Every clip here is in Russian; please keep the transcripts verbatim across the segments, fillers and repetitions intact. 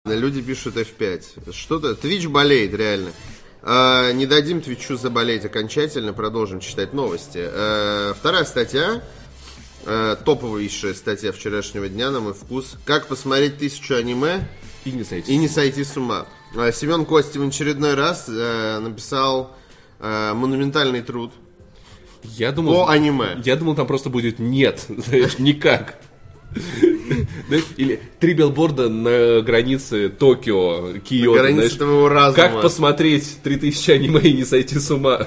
Люди пишут эф пять. Что-то... Твич болеет, реально. А, не дадим Твичу заболеть окончательно. Продолжим читать новости. А, вторая статья. А, топовейшая статья вчерашнего дня, на мой вкус. Как посмотреть тысячу аниме и не сойти, и не сойти с ума. А, Семен Костин в очередной раз а, написал а, монументальный труд. Я думал, по аниме. Я думал, там просто будет нет. Знаешь, никак. Или три билборда на границе Токио, Киото. На границе твоего разума. Как посмотреть три тысячи аниме и не сойти с ума?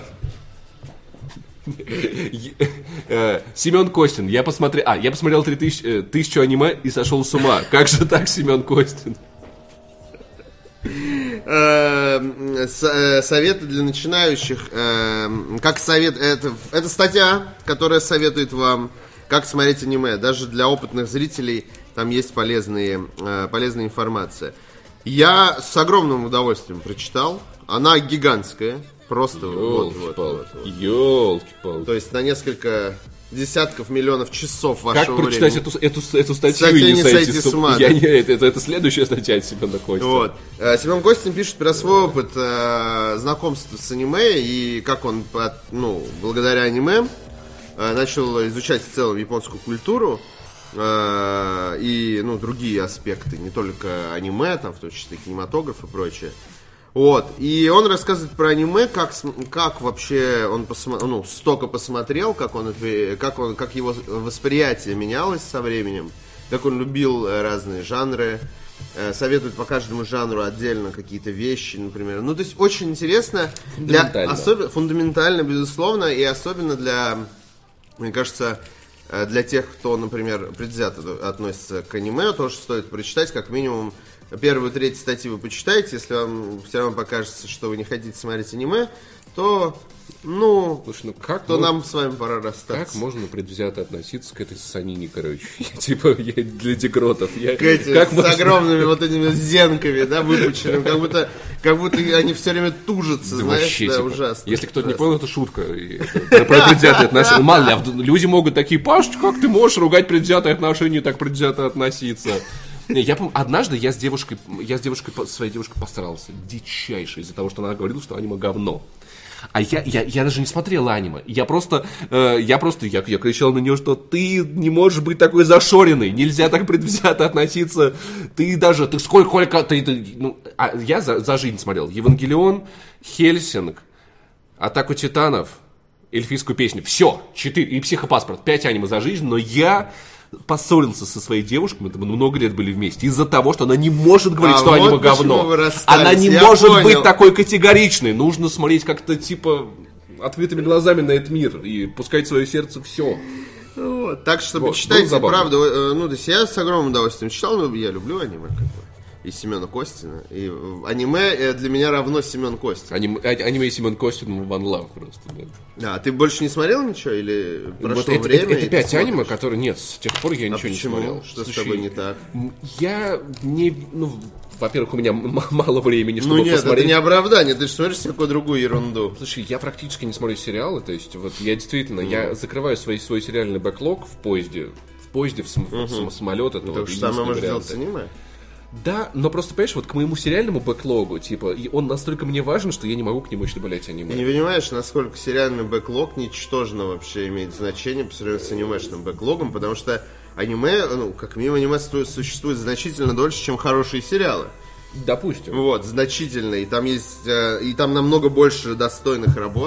Семен Костин, я посмотрел, а, я посмотрел три тысячи, тысячу аниме и сошел с ума. Как же так, Семен Костин? Советы для начинающих. Как совет, это, это статья, которая советует вам, как смотреть аниме. Даже для опытных зрителей там есть полезные, полезная информация. Я с огромным удовольствием прочитал. Она гигантская. Просто вот, вот, вот, вот. Ёлки-палки. То есть на несколько десятков миллионов часов вашего времени. Как прочитать времени. эту, эту, эту статью Кстати, и не, не сойти сойти с ума? Я, не, это, это, это следующая статья от Семена Костина. Вот. Семен Костин пишет про свой опыт э, знакомства с аниме и как он, ну, благодаря аниме э, начал изучать в целом японскую культуру э, и, ну, другие аспекты, не только аниме, там, в том числе кинематограф и прочее. Вот, и он рассказывает про аниме, как, как вообще он посмо, ну, столько посмотрел, как, он, как, он, как его восприятие менялось со временем, как он любил разные жанры, советует по каждому жанру отдельно какие-то вещи, например. Ну, то есть очень интересно, фундаментально, для, особ, фундаментально, безусловно, и особенно для, мне кажется, для тех, кто, например, предвзято относится к аниме, тоже стоит прочитать как минимум. Первую треть статьи вы почитаете. Если вам все равно покажется, что вы не хотите смотреть аниме, то, ну, Слушай, ну как то можно, нам с вами пора расстаться. Как можно предвзято относиться к этой санине, короче? Я, типа, я для дегротов. Я, к эти, как с можно... огромными вот этими зенками, да, выпученными, как будто, как будто они все время тужатся, да, знаешь, вообще, да, типа, ужасно. Если кто-то не понял, это шутка. Про предвзятые отношения. Мало ли, люди могут такие: Паш, как ты можешь ругать предвзятые отношения и так предвзято относиться? Не, я помню, однажды я с девушкой, я с девушкой, своей девушкой постарался дичайше из-за того, что она говорила, что аниме говно. А я, я, я даже не смотрел аниме. Я просто, э, я просто, я, я кричал на нее, что ты не можешь быть такой зашоренной, нельзя так предвзято относиться. Ты даже, ты сколько, сколько, ты, ты ну, а я за, за жизнь смотрел Евангелион, Хельсинг, Атаку Титанов, Эльфийскую песню. Все, четыре, и Психопаспорт, пять аниме за жизнь, но я поссорился со своей девушкой, мы много лет были вместе, из-за того, что она не может говорить, а что вот аниме говно. Она не Я может понял. быть такой категоричной. Нужно смотреть как-то, типа, открытыми глазами на этот мир и пускать в свое сердце все. Вот. Так что вот, почитайте, правда. Ну, то есть я с огромным удовольствием читал, но я люблю аниме, как бы. И Семена Костина. И аниме для меня равно Семен Костин. Аниме, аниме и Семен Костин one love просто. Да. А ты больше не смотрел ничего? Или прошло вот это, время? Это, это пять аниме, которые нет. С тех пор я а ничего почему? не смотрел. Что Слушай, с тобой не так? Я не... Ну, во-первых, у меня м- мало времени, чтобы ну, нет, посмотреть. Это не оправдание, ты же смотришь всякую другую ерунду. Слушай, я практически не смотрю сериалы. То есть, вот я действительно, mm. я закрываю свой, свой сериальный бэклог в поезде. В поезде, в, сам, mm-hmm. в сам, самолет. Это то вот же самое можно делать с аниме. Да, но просто, понимаешь, вот к моему сериальному бэклогу, типа, и он настолько мне важен, что я не могу к нему еще добавлять аниме. Ты не понимаешь, насколько сериальный бэклог ничтожно вообще имеет значение по сравнению с анимешным бэклогом, потому что аниме, ну, как минимум, аниме существует значительно дольше, чем хорошие сериалы. Допустим. Вот, значительно, и там есть, и там намного больше достойных работ,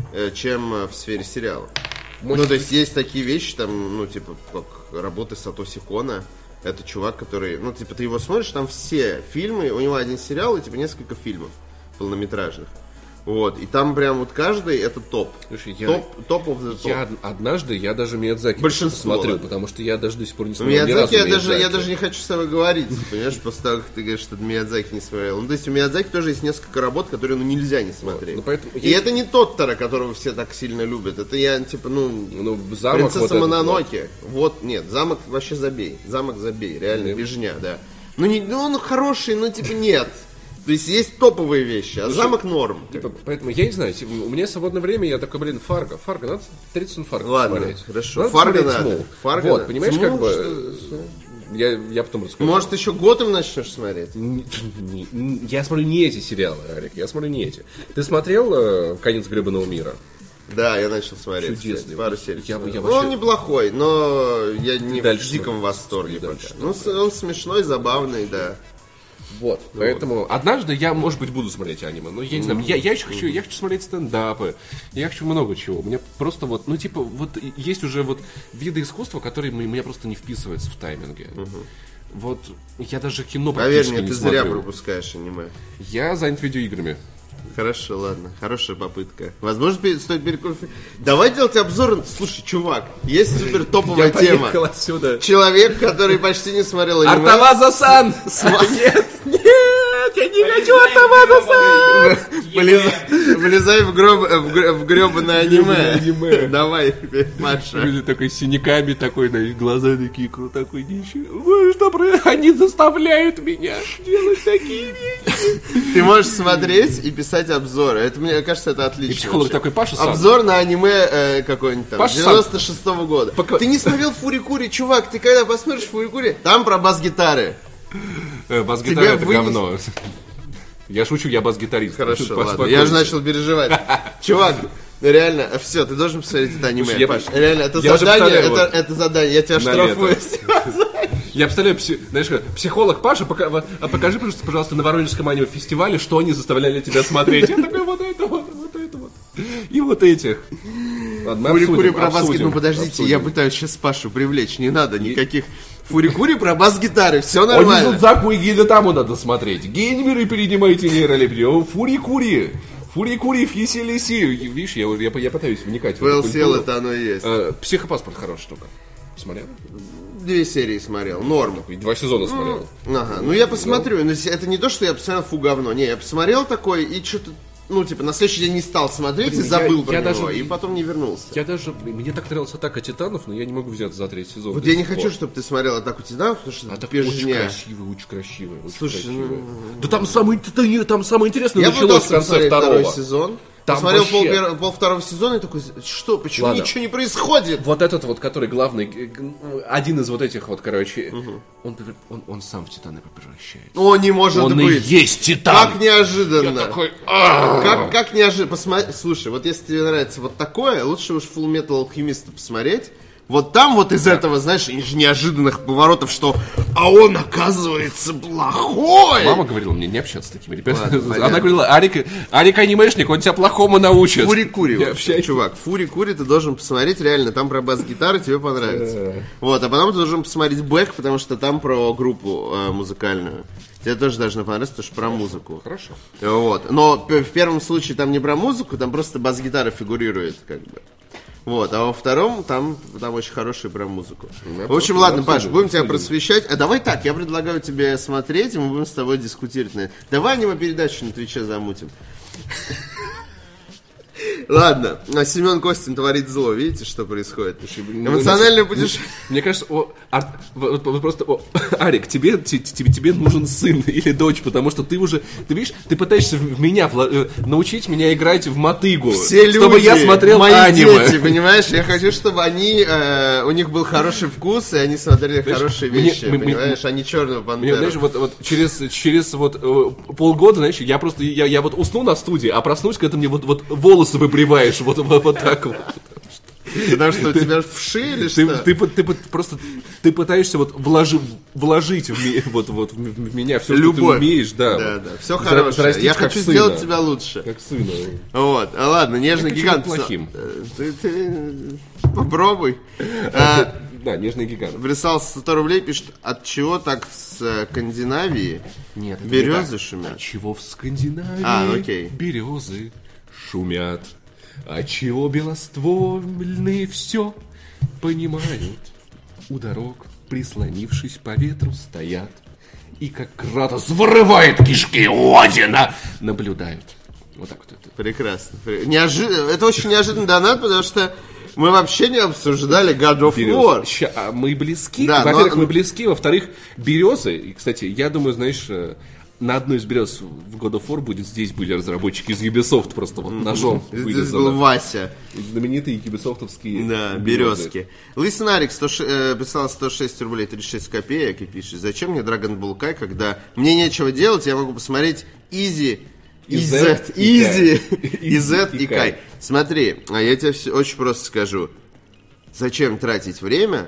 чем в сфере сериалов. Может... Ну, то есть есть такие вещи, там, ну, типа, как работы Сатоси Кона. Это чувак, который, ну, типа, ты его смотришь, там все фильмы, у него один сериал и, типа, несколько фильмов полнометражных. Вот, и там прям вот каждый это топ. Слушай, топ, я, топ of the top. Я однажды, я даже Миядзаки смотрел, да. Потому что я даже до сих пор не смотрел Миядзаки, ни разу я Миядзаки. Даже, я даже не хочу с тобой говорить, понимаешь, после того, как ты говоришь, что Миядзаки не смотрел. Ну, то есть у Миядзаки тоже есть несколько работ, которые, ну, нельзя не смотреть. Ну, поэтому и я... это не тот Тоторо, которого все так сильно любят. Это я, типа, ну, ну замок Принцесса вот Мононоке. Этот, вот, нет, замок вообще забей. Замок забей, реально, бежня, да. Ну, не, ну, он хороший, но, типа, нет. То есть есть топовые вещи, а Слушай, замок норм. Типа, поэтому я не знаю, типа, у меня свободное время, я такой, блин, Фарго, Фарго, надо тридцать Фарго Ладно, смотреть. Хорошо, надо Фарго надо. Фарго вот, надо. понимаешь, Тьму, как бы... Что? я, я потом расскажу. Может, еще Готэм начнешь смотреть? Не- не- Я смотрю не эти сериалы, Арик, я смотрю не эти. Ты смотрел э, «Конец гребаного мира»? Да, я начал смотреть. Чудесный. кстати, пару серий. Я бы- я ну, вообще- он неплохой, но я не дальше в диком смотри. восторге Дальше пока. Ну, с- он смешной, забавный, да. Вот, поэтому однажды я, может быть, буду смотреть аниме, но я не знаю, я, я еще хочу, я хочу смотреть стендапы, я хочу много чего. Мне просто вот, ну типа, вот есть уже вот виды искусства, которые мне, мне просто не вписываются в тайминге. Вот я даже кино Поверь практически мне, не ты зря смотрю. пропускаешь аниме. Я занят видеоиграми. Хорошо, ладно, хорошая попытка. Возможно, пере- стоит перекурить. Давай делать обзор. Слушай, чувак, есть супер топовая Я тема. поехал отсюда. Человек, который почти не смотрел аниме. Артаваза-сан! Нет, нет, я не хочу Артаваза-сан! Вылезай, вылезай в, гроб, в, гр- в гребаное аниме. аниме. Давай, Маша. Люди такой с синяками, такой, на глаза такие, круто, такой нищий. Вы что, про- они заставляют меня делать такие вещи. Ты можешь смотреть и писать обзоры. Это, мне кажется, это отлично. И психолог вообще. такой, Паша-сан. Обзор на аниме э, какой-нибудь там, Паша-сан. девяносто шестого года. Пока- Ты не смотрел Фурикури, чувак? Ты когда посмотришь Фурикури, там про бас-гитары. Э, Бас-гитара Тебя это вынес- говно. Я шучу, я бас-гитарист. Хорошо, Пос- ладно. спокойно. Я же начал переживать. Чувак, реально, все, ты должен посмотреть это аниме, Слушай, я- Паш. Реально, это я уже задание, представляю, это, вот. это задание, я тебя На штрафую. Я представляю, пси- знаешь, как, психолог Паша, пока, во- а покажи, пожалуйста, пожалуйста, на Воронежском аниме-фестивале, что они заставляли тебя смотреть. Я такой, вот это вот, вот это вот. И вот этих. Ладно, мы Фурикури обсудим, про бас-гитары. обсудим, Ну подождите, обсудим. я пытаюсь сейчас Пашу привлечь, не надо никаких Фурикури про бас-гитары, все Они нормально. Зудзаку и Гидетаму надо смотреть. Геймеры перенимайте нейролептию. Фурикури. Фурикури фиселиси. Видишь, я, я, я пытаюсь вникать в эту ВЛСЛ культуру. это оно и есть. Э, Психопаспорт хорошая штука. Смотрел? Две серии смотрел, норм. И два сезона смотрел. Ага, ну я посмотрю, но это не то, что я посмотрел, фу, говно. Не, я посмотрел такой и что-то, ну типа на следующий день не стал смотреть Блин, и забыл я- про я него, даже- и потом не вернулся. Я даже... Мне так нравилась «Атака титанов», но я не могу взяться за третий сезон. Вот до я не сих хочу, пор. чтобы ты смотрел «Атаку титанов», потому что А это так очень пижня. красивый, очень красивый, очень Слушай, красивый. ну, Да там самое, да не- там самое интересное Я началось в пытался конце посмотреть второго. второй сезон. Там Посмотрел вообще- пол, пер- пол второго сезона и такой, что, почему Ладно. ничего не происходит? Вот этот вот, который главный, э, г- один из вот этих вот, короче, он, превра- он, он сам в Титана превращается. О, не может Он и быть. есть Титан! Как неожиданно. Я такой, «А-а-а». Как, как неожиданно. Посмотри, слушай, вот если тебе нравится вот такое, лучше уж Full Metal Alchemist посмотреть. Вот там вот из этого, знаешь, из неожиданных поворотов, что а он оказывается плохой. Мама говорила мне не общаться с такими ребятами. Ладно, понятно. Она говорила, Арик, Арик анимешник, он тебя плохому научит. Фури-кури, Не вообще, общайся. чувак, Фури-кури ты должен посмотреть, реально, там про бас-гитары тебе понравится. Вот, а потом ты должен посмотреть Бэк, потому что там про группу э, музыкальную. Тебе тоже должно понравиться, потому что про музыку. Хорошо. Вот, но п- в первом случае там не про музыку, там просто бас-гитара фигурирует, как бы. Вот, а во втором там, там очень хороший про музыку. В общем, просто ладно, обсудим, Паш, будем тебя обсудим. просвещать. А давай так, я предлагаю тебе смотреть, и мы будем с тобой дискутировать на это. Давай аниме-передачу на Твиче замутим. Ладно, а Семен Костин творит зло, видите, что происходит? Эмоциональное путешествие. Мне кажется, о, Ар- вот- вот просто, о, Арик, тебе, те- тебе, тебе нужен сын или дочь, потому что ты уже, ты видишь, ты пытаешься в меня вла- э, научить меня играть в мотыгу, Все люди, чтобы я смотрел мои аниме. дети, понимаешь? Я хочу, чтобы они, э, у них был хороший вкус, и они смотрели хорошие мне- вещи, мне- понимаешь? А не черную Мне, пантеру. знаешь, вот, вот через, через вот э, полгода, знаешь, я просто, я, я вот усну на студии, а проснусь, когда ты мне вот, вот волосы выбриваешь, вот, вот, вот так вот. Потому что у тебя вши или Ты, что? ты, ты, ты просто ты пытаешься вот вложи, вложить в, ми- вот, вот, в, в меня все, что Любовь. ты умеешь, да. Да, вот. да, все Зара- хорошее. зарастить Я как хочу сына. сделать тебя лучше. Как сына. Вот, а ладно, нежный Я хочу гигант. быть плохим. Э, Ты, ты попробуй. А, Да, нежный гигант. Прислал сто рублей, пишет, от чего так в Скандинавии Нет, это не березы так. шумят? Чего в Скандинавии А, окей. березы шумят? А чего белоствольные все понимают? У дорог, прислонившись по ветру, стоят. И как Кратос вырывает кишки Одина, наблюдают. Вот так вот это. Прекрасно. Пре- Неожи- Это очень неожиданный донат, потому что мы вообще не обсуждали God of Березы. War. Ща- а мы близки. Да, Во-первых, но- мы близки. Во-вторых, березы. И, кстати, я думаю, знаешь, э, на одной из берез в God of War будет, здесь были разработчики из Ubisoft, просто вот ножом вырезано. Здесь был Вася. Знаменитые юбисофтовские да, березки. Лысинарик э, писал сто шесть рублей тридцать шесть копеек и пишет: зачем мне Dragon Ball Kai, когда мне нечего делать, я могу посмотреть Easy, и Z, Easy, и Z, и Kai. Смотри, я тебе все очень просто скажу. Зачем тратить время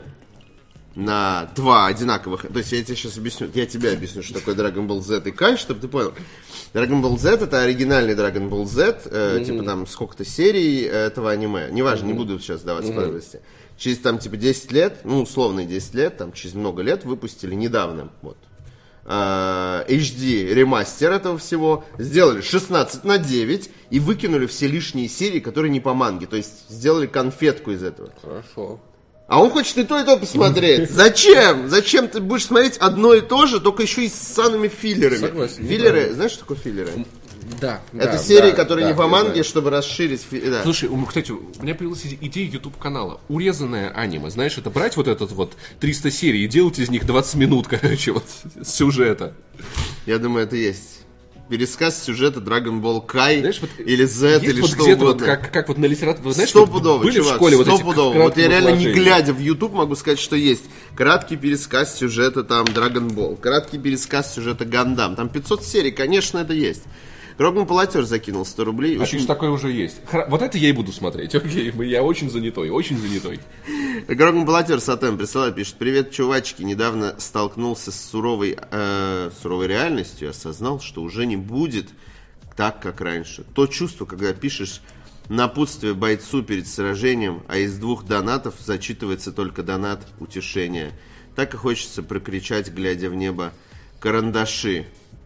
на два одинаковых... То есть я тебе сейчас объясню, я тебе объясню, что такое Dragon Ball Z и Kai, чтобы ты понял. Dragon Ball Z — это оригинальный Dragon Ball Z, э, mm-hmm. типа там сколько-то серий этого аниме. Неважно, mm-hmm. не буду сейчас давать mm-hmm. подробности. Через там типа десять лет, ну условные десять лет, там через много лет выпустили недавно, вот. Uh, эйч ди ремастер этого всего, сделали шестнадцать на девять и выкинули все лишние серии, которые не по манге. То есть сделали конфетку из этого. Хорошо. А он хочет и то, и то посмотреть. Зачем? Зачем ты будешь смотреть одно и то же, только еще и с ссаными филлерами? Согласен. Филлеры, да. Знаешь, что такое филлеры? Да. Это да, серии, да, которые да, не по манге, знаю. Чтобы расширить... Да. Слушай, кстати, у меня появилась идея YouTube-канала. Урезанное аниме. Знаешь, это брать вот этот вот триста серий и делать из них двадцать минут, короче, вот сюжета. Я думаю, это есть. Пересказ сюжета Dragon Ball Kai, знаешь, вот или Z, или вот что угодно. Вот как, как вот на литературе, знаешь, стопудово, были чувак, в школе вот эти стопудово. Вот я реально не глядя в YouTube могу сказать, что есть краткий пересказ сюжета там Dragon Ball, краткий пересказ сюжета Гандам. Там пятьсот серий, конечно, это есть. Роган Полотер закинул сто рублей. А очень... такое уже есть. Хра... Вот это я и буду смотреть. Окей, я очень занятой, очень занятой. Роган Полотер Сатем присылает, пишет: привет, чувачки. Недавно столкнулся с суровой, э, суровой реальностью и осознал, что уже не будет так, как раньше. То чувство, когда пишешь напутствие бойцу перед сражением, а из двух донатов зачитывается только донат утешения. Так и хочется прокричать, глядя в небо: карандаши.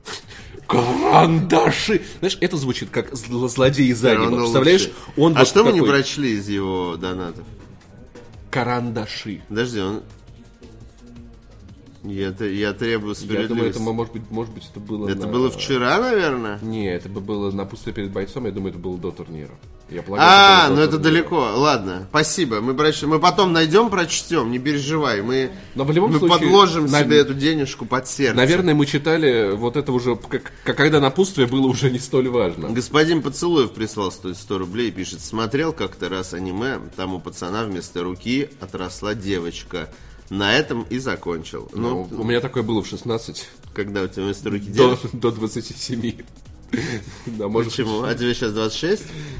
Карандаши! Знаешь, это звучит как зл- злодей из аниме. Представляешь? Он а вот что мы такой... не прочли из его донатов? Карандаши. Подожди, он... Я, я требую справедливости. Я думаю, это, может быть, может быть, это было... Это на... было вчера, наверное? Не, это было напутствие перед бойцом. Я думаю, это было до турнира. Я полагаю, а, это ну это далеко. Ладно, спасибо. Мы, прочтем. Мы потом найдем, прочтем, не переживай. Мы, Но в любом мы случае, подложим на... себе эту денежку под сердце. Наверное, мы читали вот это уже, как, когда напутствие было уже не столь важно. Господин Поцелуев прислал сто рублей и пишет: смотрел как-то раз аниме, там у пацана вместо руки отросла девочка. На этом и закончил. Ну, ну, у меня такое было в шестнадцать. Когда у тебя вместо руки девочка? До, до двадцати семи. Да, может... Почему? А тебе сейчас двадцать шесть?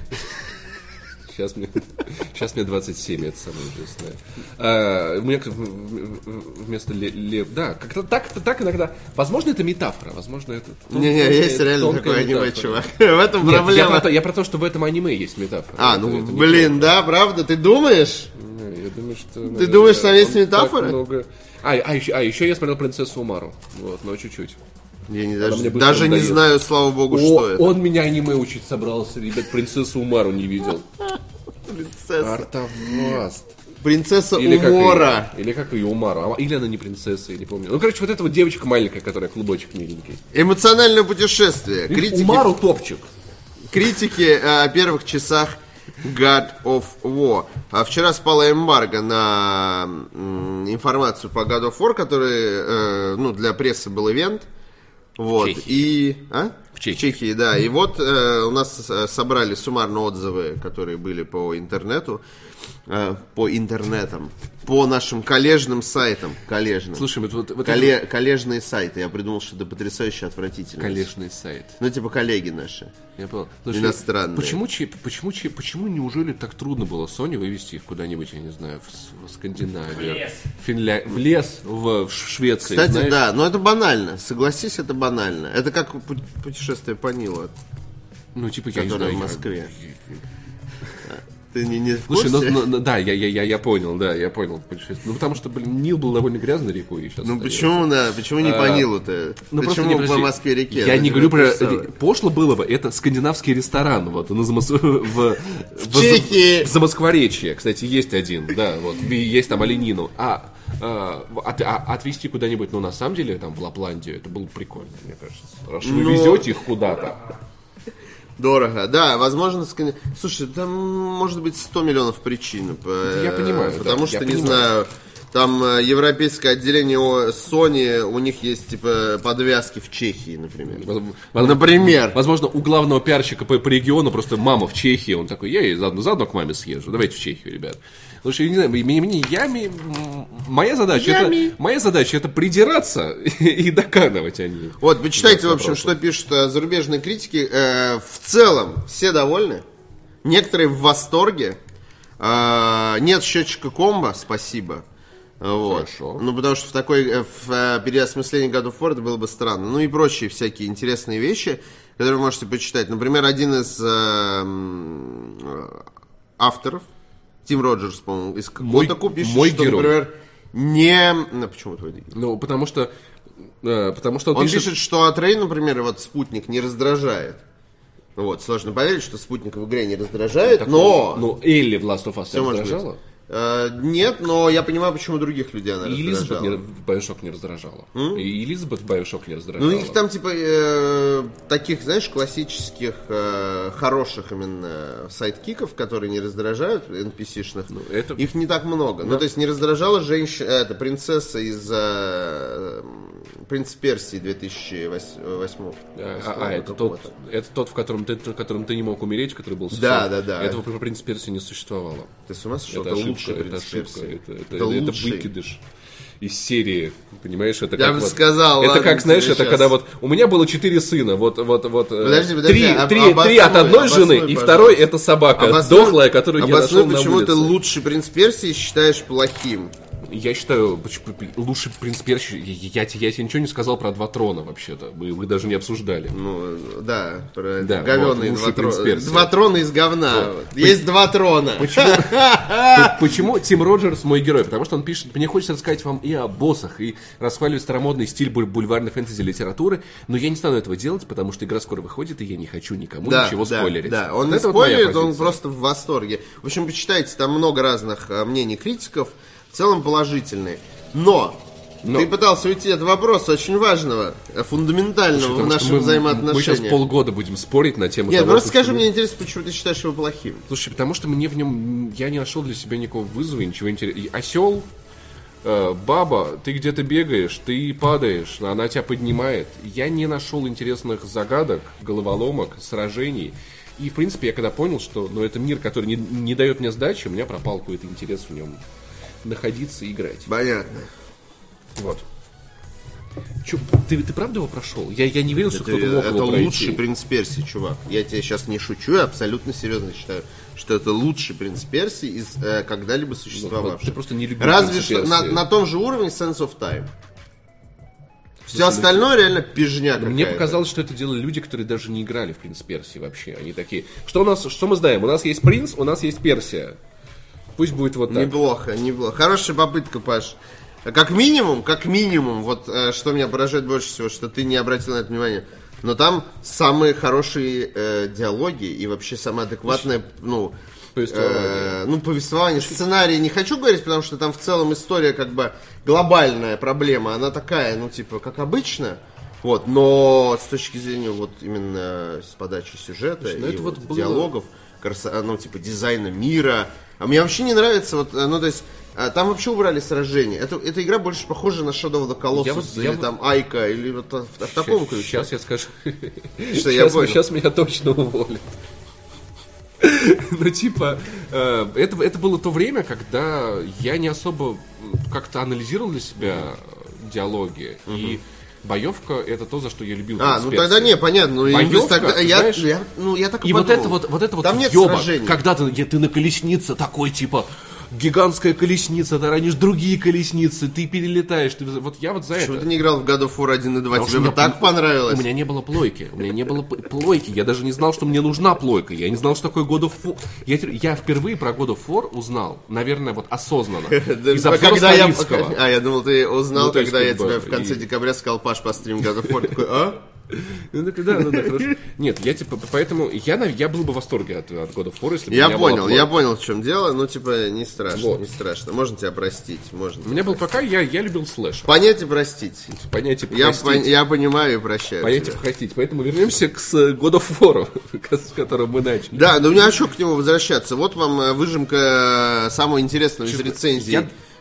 Сейчас мне, сейчас мне двадцать семь, это самое ужасное. А, у меня вместо лев... Да, как-то так, так иногда... Возможно, это метафора, возможно, это... Не-не, есть реально такое аниме, чувак. В этом Нет, проблема. Я про, то, я про то, что в этом аниме есть метафора. А, это, ну, это блин, да, правда? Ты думаешь? Не, я думаю, что... Ты наверное, думаешь, там есть метафора? Много... А, а, еще, а, еще я смотрел «Принцессу Умару». Вот, но чуть-чуть. Я не, даже даже не знаю, слава богу, О, что это. Он меня аниме учить собрался, ребят, «Принцессу Умару» не видел. Принцесса. Артоваст. Принцесса или Умора. Как ее, или как ее Умара. Или она не принцесса, я не помню. Ну, короче, вот эта вот девочка маленькая, которая клубочек миленький. Эмоциональное путешествие. Критики, Умару топчик. Критики о первых часах God of War. А вчера спала эмбарго на м, информацию по God of War, который э, ну, для прессы был ивент. Вот. И... А? В Чехии. В Чехии, да. И вот э, у нас собрали суммарно отзывы, которые были по интернету, э, по интернетам, по нашим коллежным сайтам. Коллежным. Слушай, вот, вот, вот Колле- это... коллежные сайты. Я придумал, что это потрясающе отвратительно. Коллежный сайт. Ну, типа коллеги наши. Я понял. Слушай, иностранные. Почему, почему, почему неужели так трудно было Sony вывести их куда-нибудь, я не знаю, в, в Скандинавию, в лес, Финля... в, лес в, в Швеции? Кстати, знаешь? да, но это банально. Согласись, это банально. Это как путешествие по Нилу. Ну, типа, я не знаю, в Москве. Ты не, не в курсе? Слушай, ну, ну, да, я, я, я, я понял, да, я понял. Ну, потому что, блин, Нил был довольно грязной рекой. Сейчас ну, почему, да, почему не по Нилу-то? Ну, почему не, по Москве-реке? Я не говорю про... Пошло было бы, это скандинавский ресторан, вот, в, в, в Чехии. В Замоскворечье, кстати, есть один, да, вот, есть там оленину. А, а, от, а отвезти куда-нибудь, ну, на самом деле, там, в Лапландию, это было бы прикольно, мне кажется. Раз вы Но... везете их куда-то. Дорого, да, возможно, скан... Слушай, там может быть сто миллионов причин. Я понимаю, потому да, что, я не понимаю. знаю, Там э, европейское отделение Sony, у них есть, типа, подвязки в Чехии, например. Воз- Например. Возможно, у главного пиарщика по, по региону просто мама в Чехии, он такой, я и заодно, заодно к маме съезжу, давайте в Чехию, ребят. Потому что, я не знаю, мне, мне, я, моя задача, это, моя задача это придираться и доканывать они. Вот, почитайте, в общем, что пишут э, зарубежные критики. Э, в целом, все довольны, некоторые в восторге. Э, нет счетчика комбо, спасибо. Вот. Хорошо. Ну, потому что в такой в, в переосмыслении God of War это было бы странно. Ну и прочие всякие интересные вещи, которые вы можете почитать. Например, один из э, авторов, Тим Роджерс, по-моему, из Котаку пишет, мой что, герой. например, не... Ну, почему твой герой? Ну, потому что... Э, потому что он, он пишет... пишет, что от Рей, например, вот спутник не раздражает. Вот, сложно поверить, что спутник в игре не раздражает, Так, но... Ну, Элли в Last of Us Всё может раздражала? быть. Э, нет, но я понимаю, почему других людей она И Элизабет раздражала. не, в Bioshock не раздражала. М? И Элизабет в Bioshock не раздражала. Ну, их там, типа, э, таких, знаешь, классических, э, хороших именно сайдкиков, которые не раздражают, эн пи си-шных, Ну, это... их не так много. Ну, то есть, не раздражала женщина, это, принцесса из э, «Принц Персии» две тысячи восьмого. А, а, это, тот, это тот, в котором ты, в котором ты не мог умереть, который был... Да, да, да. Этого про «Принц Персии» не существовало. Ты с ума сошел? Это, Это, ошибка, лучший это «Принц ошибка, Персии». это, это, Это это лучший. выкидыш из серии, понимаешь, это Я как бы вот, сказал, это ладно, как, знаешь, тебе это щас. когда вот у меня было четыре сына, вот, вот, вот, э, Подожди, подожди, три, об- три, обоснуй, три от одной обоснуй, жены, и пожалуйста. второй это собака, Обоснуй- дохлая, которую я обоснуй, нашел на почему улице. ты лучший «Принц Персии» считаешь плохим. Я считаю, почему- лучший «Принц Персии», я, я, я тебе ничего не сказал про «Два трона» вообще-то, мы, мы даже не обсуждали. Ну, да, про Да, говёные вот, два лучший «Принц трона. Персии». Два трона из говна. Вот. Вот. Есть два трона. Почему, п- почему Тим Роджерс мой герой? Потому что он пишет, мне хочется рассказать вам и о боссах, и расхваливать старомодный стиль буль- бульварной фэнтези литературы, но я не стану этого делать, потому что игра скоро выходит, и я не хочу никому Да, ничего да, спойлерить. да, он Вот не это вот моя спойлерит, он позиция. просто в восторге. В общем, почитайте, там много разных а, мнений критиков, в целом положительные. Но, Но. ты пытался уйти от вопроса очень важного, э, фундаментального Потому в что наших мы, взаимоотношениях. мы сейчас полгода будем спорить на тему Нет, того, просто что- скажи мне интересно, почему ты считаешь его плохим. Слушай, потому что мне в нем, я не нашел для себя никакого вызова, ничего интересного. Осел, э, баба, ты где-то бегаешь, ты падаешь, она тебя поднимает. Я не нашел интересных загадок, головоломок, сражений. И, в принципе, я когда понял, что ну, это мир, который не, не дает мне сдачи, у меня пропал какой-то интерес в нем находиться и играть. Понятно. Вот. Чё, ты, ты правда его прошел? Я, я не верил, что Это, кто-то мог это его пройти. лучший «Принц Персии», чувак. Я тебе сейчас не шучу, я абсолютно серьезно считаю, что это лучший «Принц Персии» из э, когда-либо существовавших. Ты просто не любил Разве «Принца что на, Персии». на том же уровне Sense of Time. Все остальное реально пижня Мне какая-то. показалось, что это делали люди, которые даже не играли в «Принц Персии» вообще. Они такие, что у нас, что мы знаем? У нас есть принц, у нас есть Персия. Пусть будет вот так. Неплохо, неплохо. Хорошая попытка, Паш. Как минимум, как минимум, вот э, что меня поражает больше всего, что ты не обратил на это внимание. Но там самые хорошие э, диалоги и вообще самое адекватное, ну, Повествование. э, ну, повествование, сценарий не хочу говорить, потому что там в целом история как бы глобальная проблема, она такая, ну, типа, как обычно. Вот, но с точки зрения вот именно с подачи сюжета Слушай, ну и это вот вот было- диалогов, краса- ну, типа, дизайна мира. А мне вообще не нравится, вот, ну, то есть, а, там вообще убрали сражения. Это, эта игра больше похожа на Shadow of the Colossus, Я вот- или я вот- там Айка, или вот в, в таком ключе. Сейчас я скажу. Что, я сейчас, понял. сейчас меня точно уволят. Ну, типа, э, это, это было то время, когда я не особо как-то анализировал для себя диалоги. И боевка — это то, за что я любил А, «Принц ну Персии». тогда не, понятно. Ну, и Боевка, тогда, ты я, знаешь, я, ну, я так и И вот подумал. это вот, вот это вот Там нет ёбок, сражений. когда ты, я- ты на колеснице такой, типа, гигантская колесница, ты ранишь другие колесницы, ты перелетаешь, ты, вот я вот за Почему это. ты не играл в God of War один и два? Потому Тебе что бы мне так пон- понравилось? У меня не было плойки. У меня не было п- плойки. Я даже не знал, что мне нужна плойка. Я не знал, что такое God of War. Я, те- я впервые про God of War узнал, наверное, вот осознанно. Да, Из обзора когда я... Ставицкого. А, я думал, ты узнал, Ну, то есть, когда я как бы, тебя в конце и- декабря сказал, Паш, пострим God of War. Такой, а? Ну, так, да, да, да, хорошо. Нет, я типа, поэтому я, нав- я был бы в восторге от, от God of War, если бы Я у меня была понял, плойка. я понял, в чем дело. Ну, типа, не страшно, Вот. не страшно. Можно тебя простить, можно. У меня был пока, я, я любил слэш. Понять и простить. Понятие Я, простить. пон- я понимаю и прощаю. Понятие тебя. простить. Поэтому вернемся к с God of War, с которым мы начали. Да, да у меня а что к нему возвращаться? Вот вам э, выжимка э, самого интересного из рецензий. я-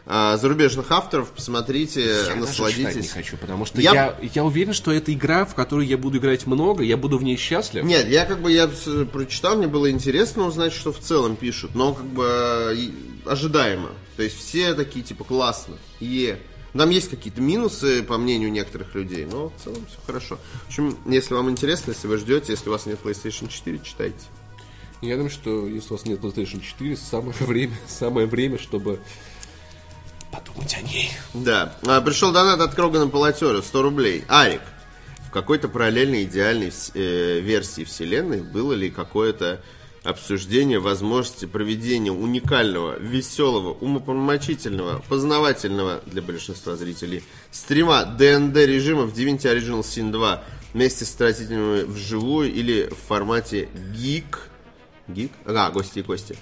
а, зарубежных авторов, посмотрите, я насладитесь. Даже не хочу, потому что я... Я, я уверен, что это игра, в которую я буду играть много, я буду в ней счастлив. Нет, я как бы я прочитал, мне было интересно узнать, что в целом пишут, но как бы ожидаемо. То есть все такие типа классно. Е. Там есть какие-то минусы, по мнению некоторых людей, но в целом все хорошо. В общем, если вам интересно, если вы ждете, если у вас нет PlayStation четыре, читайте. Я думаю, что если у вас нет PlayStation четыре, самое время, самое время, чтобы подумать о ней. Да. А, пришел донат от Крогана Полотера, сто рублей. Арик, в какой-то параллельной идеальной э, версии вселенной было ли какое-то обсуждение возможности проведения уникального, веселого, умопомрачительного, познавательного для большинства зрителей стрима ди эн ди режима в Divinity Original Sin два вместе с тратителями вживую или в формате гик? Гик? А, гости и гости.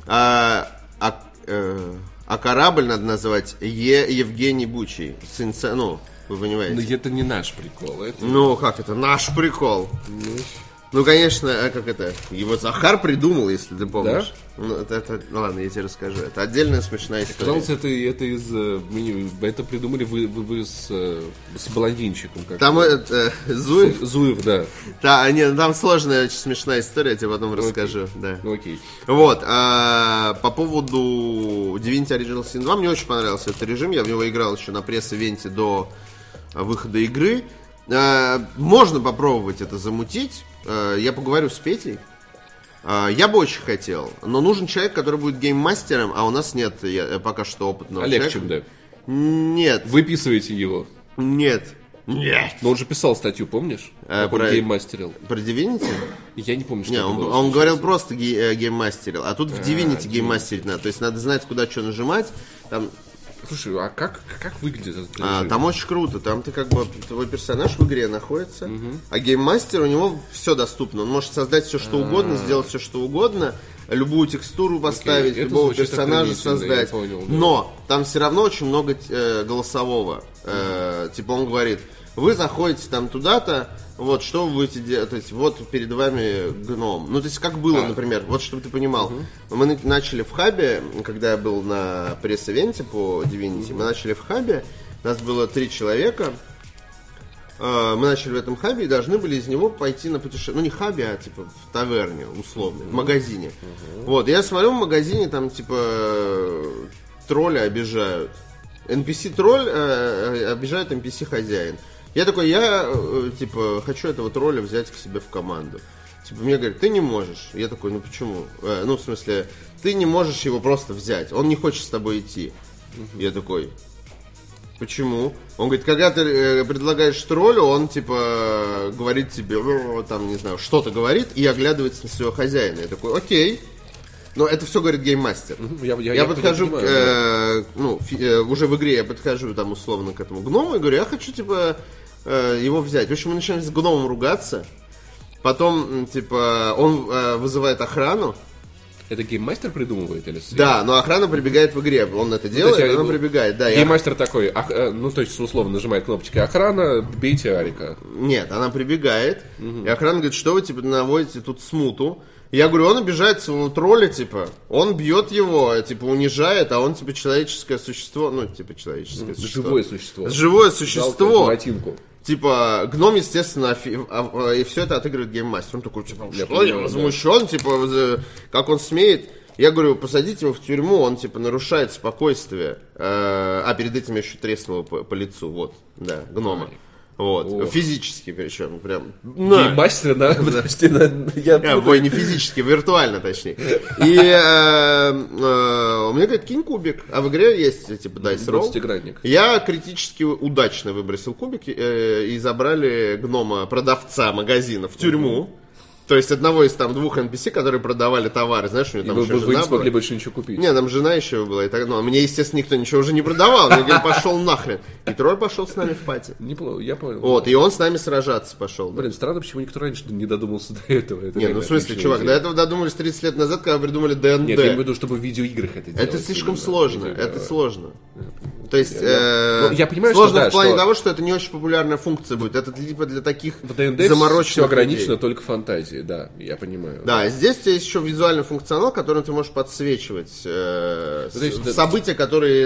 А, а, э, а корабль надо называть Е. Евгений Бучий. Сын, ну, вы понимаете. Но это не наш прикол. Это... Ну, как это? Наш прикол. Ну, конечно, как это, его Захар придумал, если ты помнишь. Да? Ну, это, это, ну ладно, я тебе расскажу. Это отдельная смешная история. Казалось, это, это из... Это придумали вы, вы, вы с, с блондинчиком. Как там это, Зуев? Зуев, да. Да, нет, там сложная, очень смешная история, я тебе потом окей. расскажу. Да. Окей. Вот, а, по поводу Divinity Original Sin два, мне очень понравился этот режим. Я в него играл еще на пресс-ивенте до выхода игры. А, можно попробовать это замутить. Я поговорю с Петей. Я бы очень хотел, но нужен человек, который будет гейммастером, а у нас нет я, пока что опытного Олег человека. Олег Нет. Выписывайте его. Нет. Нет. Но он же писал статью, помнишь? А, как про... он гейммастерил. Про Divinity? Я не помню, что не, это он, было. Он говорил просто ге- гейммастерил, а тут в Divinity а, гейммастерить надо. То есть надо знать, куда что нажимать. Там... Слушай, а как, как выглядит этот а, там очень круто. Там ты как бы твой персонаж в игре находится, угу. а гейммастер у него все доступно. Он может создать все, что угодно, сделать все, что угодно, любую текстуру поставить, okay. любого персонажа создать. Понял, да. Но там все равно очень много э, голосового. Э, угу. Типа он говорит: вы заходите там туда-то, вот, что вы будете делать, то есть, вот перед вами гном. Ну, то есть, как было, а. например, вот, чтобы ты понимал. Угу. Мы начали в хабе, когда я был на пресс-ивенте по Divinity, угу. мы начали в хабе, нас было три человека, мы начали в этом хабе и должны были из него пойти на путешествие. Ну, не хабе, а, типа, в таверне, условно, угу. в магазине. Угу. Вот, я смотрю, в магазине там, типа, тролли обижают. эн пи си-тролль э, обижает эн пи си-хозяин. Я такой, я, э, типа, хочу этого тролля взять к себе в команду. Типа, мне говорят, ты не можешь. Я такой, ну почему? Э, ну, в смысле, ты не можешь его просто взять. Он не хочет с тобой идти. Uh-huh. Я такой, почему? Он говорит, когда ты э, предлагаешь троллю, он, типа, говорит тебе, там, не знаю, что-то говорит и оглядывается на своего хозяина. Я такой, окей. Но это все говорит гейммастер. Uh-huh. Я, я, я, я подхожу, понимаю, к, э, ну, фи, э, уже в игре я подхожу там условно к этому гному и говорю, я хочу, типа, э, его взять. В общем, мы начинаем с гномом ругаться. Потом, типа, он э, вызывает охрану. Это гейммастер придумывает или свет? Да, но охрана прибегает в игре. Он это делает, ну, есть, она прибегает. Да, гейммастер я... такой, ах, ну, то есть, условно, нажимает кнопочки охрана, бейте Арика. Нет, она прибегает, угу. и охрана говорит, что вы, типа, наводите тут смуту. Я говорю, он обижает своего тролля, типа, он бьет его, типа, унижает, а он, типа, человеческое существо, ну, типа, человеческое существо. Живое существо. Живое существо. Ботинку. Типа, гном, естественно, и все это отыгрывает гейммастер. Он такой, типа, я что, я возмущен, да. типа, как он смеет. Я говорю, посадите его в тюрьму, он, типа, нарушает спокойствие. А перед этим я еще треснул по, по лицу, вот, да, гнома. Вот, О. физически причем, прям. Гейммастер, да? Подожди, я... Ой, не физически, виртуально, точнее. И э, э, у меня говорит, кинь кубик, а в игре есть, типа, dice roll. двадцатигранник. Я критически удачно выбросил кубик э, и забрали гнома, продавца магазина, в тюрьму. То есть одного из там двух эн пи си, которые продавали товары, знаешь, у него там и еще вы, жена вы не смогли была. Больше ничего купить. Не, там жена еще была. И так, ну, а мне, естественно, никто ничего уже не продавал. Мне говорили, пошел нахрен. И тролль пошел с нами в пати. Неплохо, я понял. Вот, и он с нами сражаться пошел. Блин, да. Странно, почему никто раньше не додумался до этого. Это не, ну в смысле, чувак, идея. До этого додумались тридцать лет назад, когда придумали ди эн ди. Нет, я имею в виду, чтобы в видеоиграх это делать. Это слишком сложно, видео, это да. сложно. То есть, я, э, ну, я понимаю, сложно что, да, в плане что... того, что это не очень популярная функция будет. Это типа для таких в ди эн ди замороченных все ограничено людей. Только фантазией, да, я понимаю. Да, здесь у тебя есть еще визуальный функционал, которым ты можешь подсвечивать э, есть, события, которые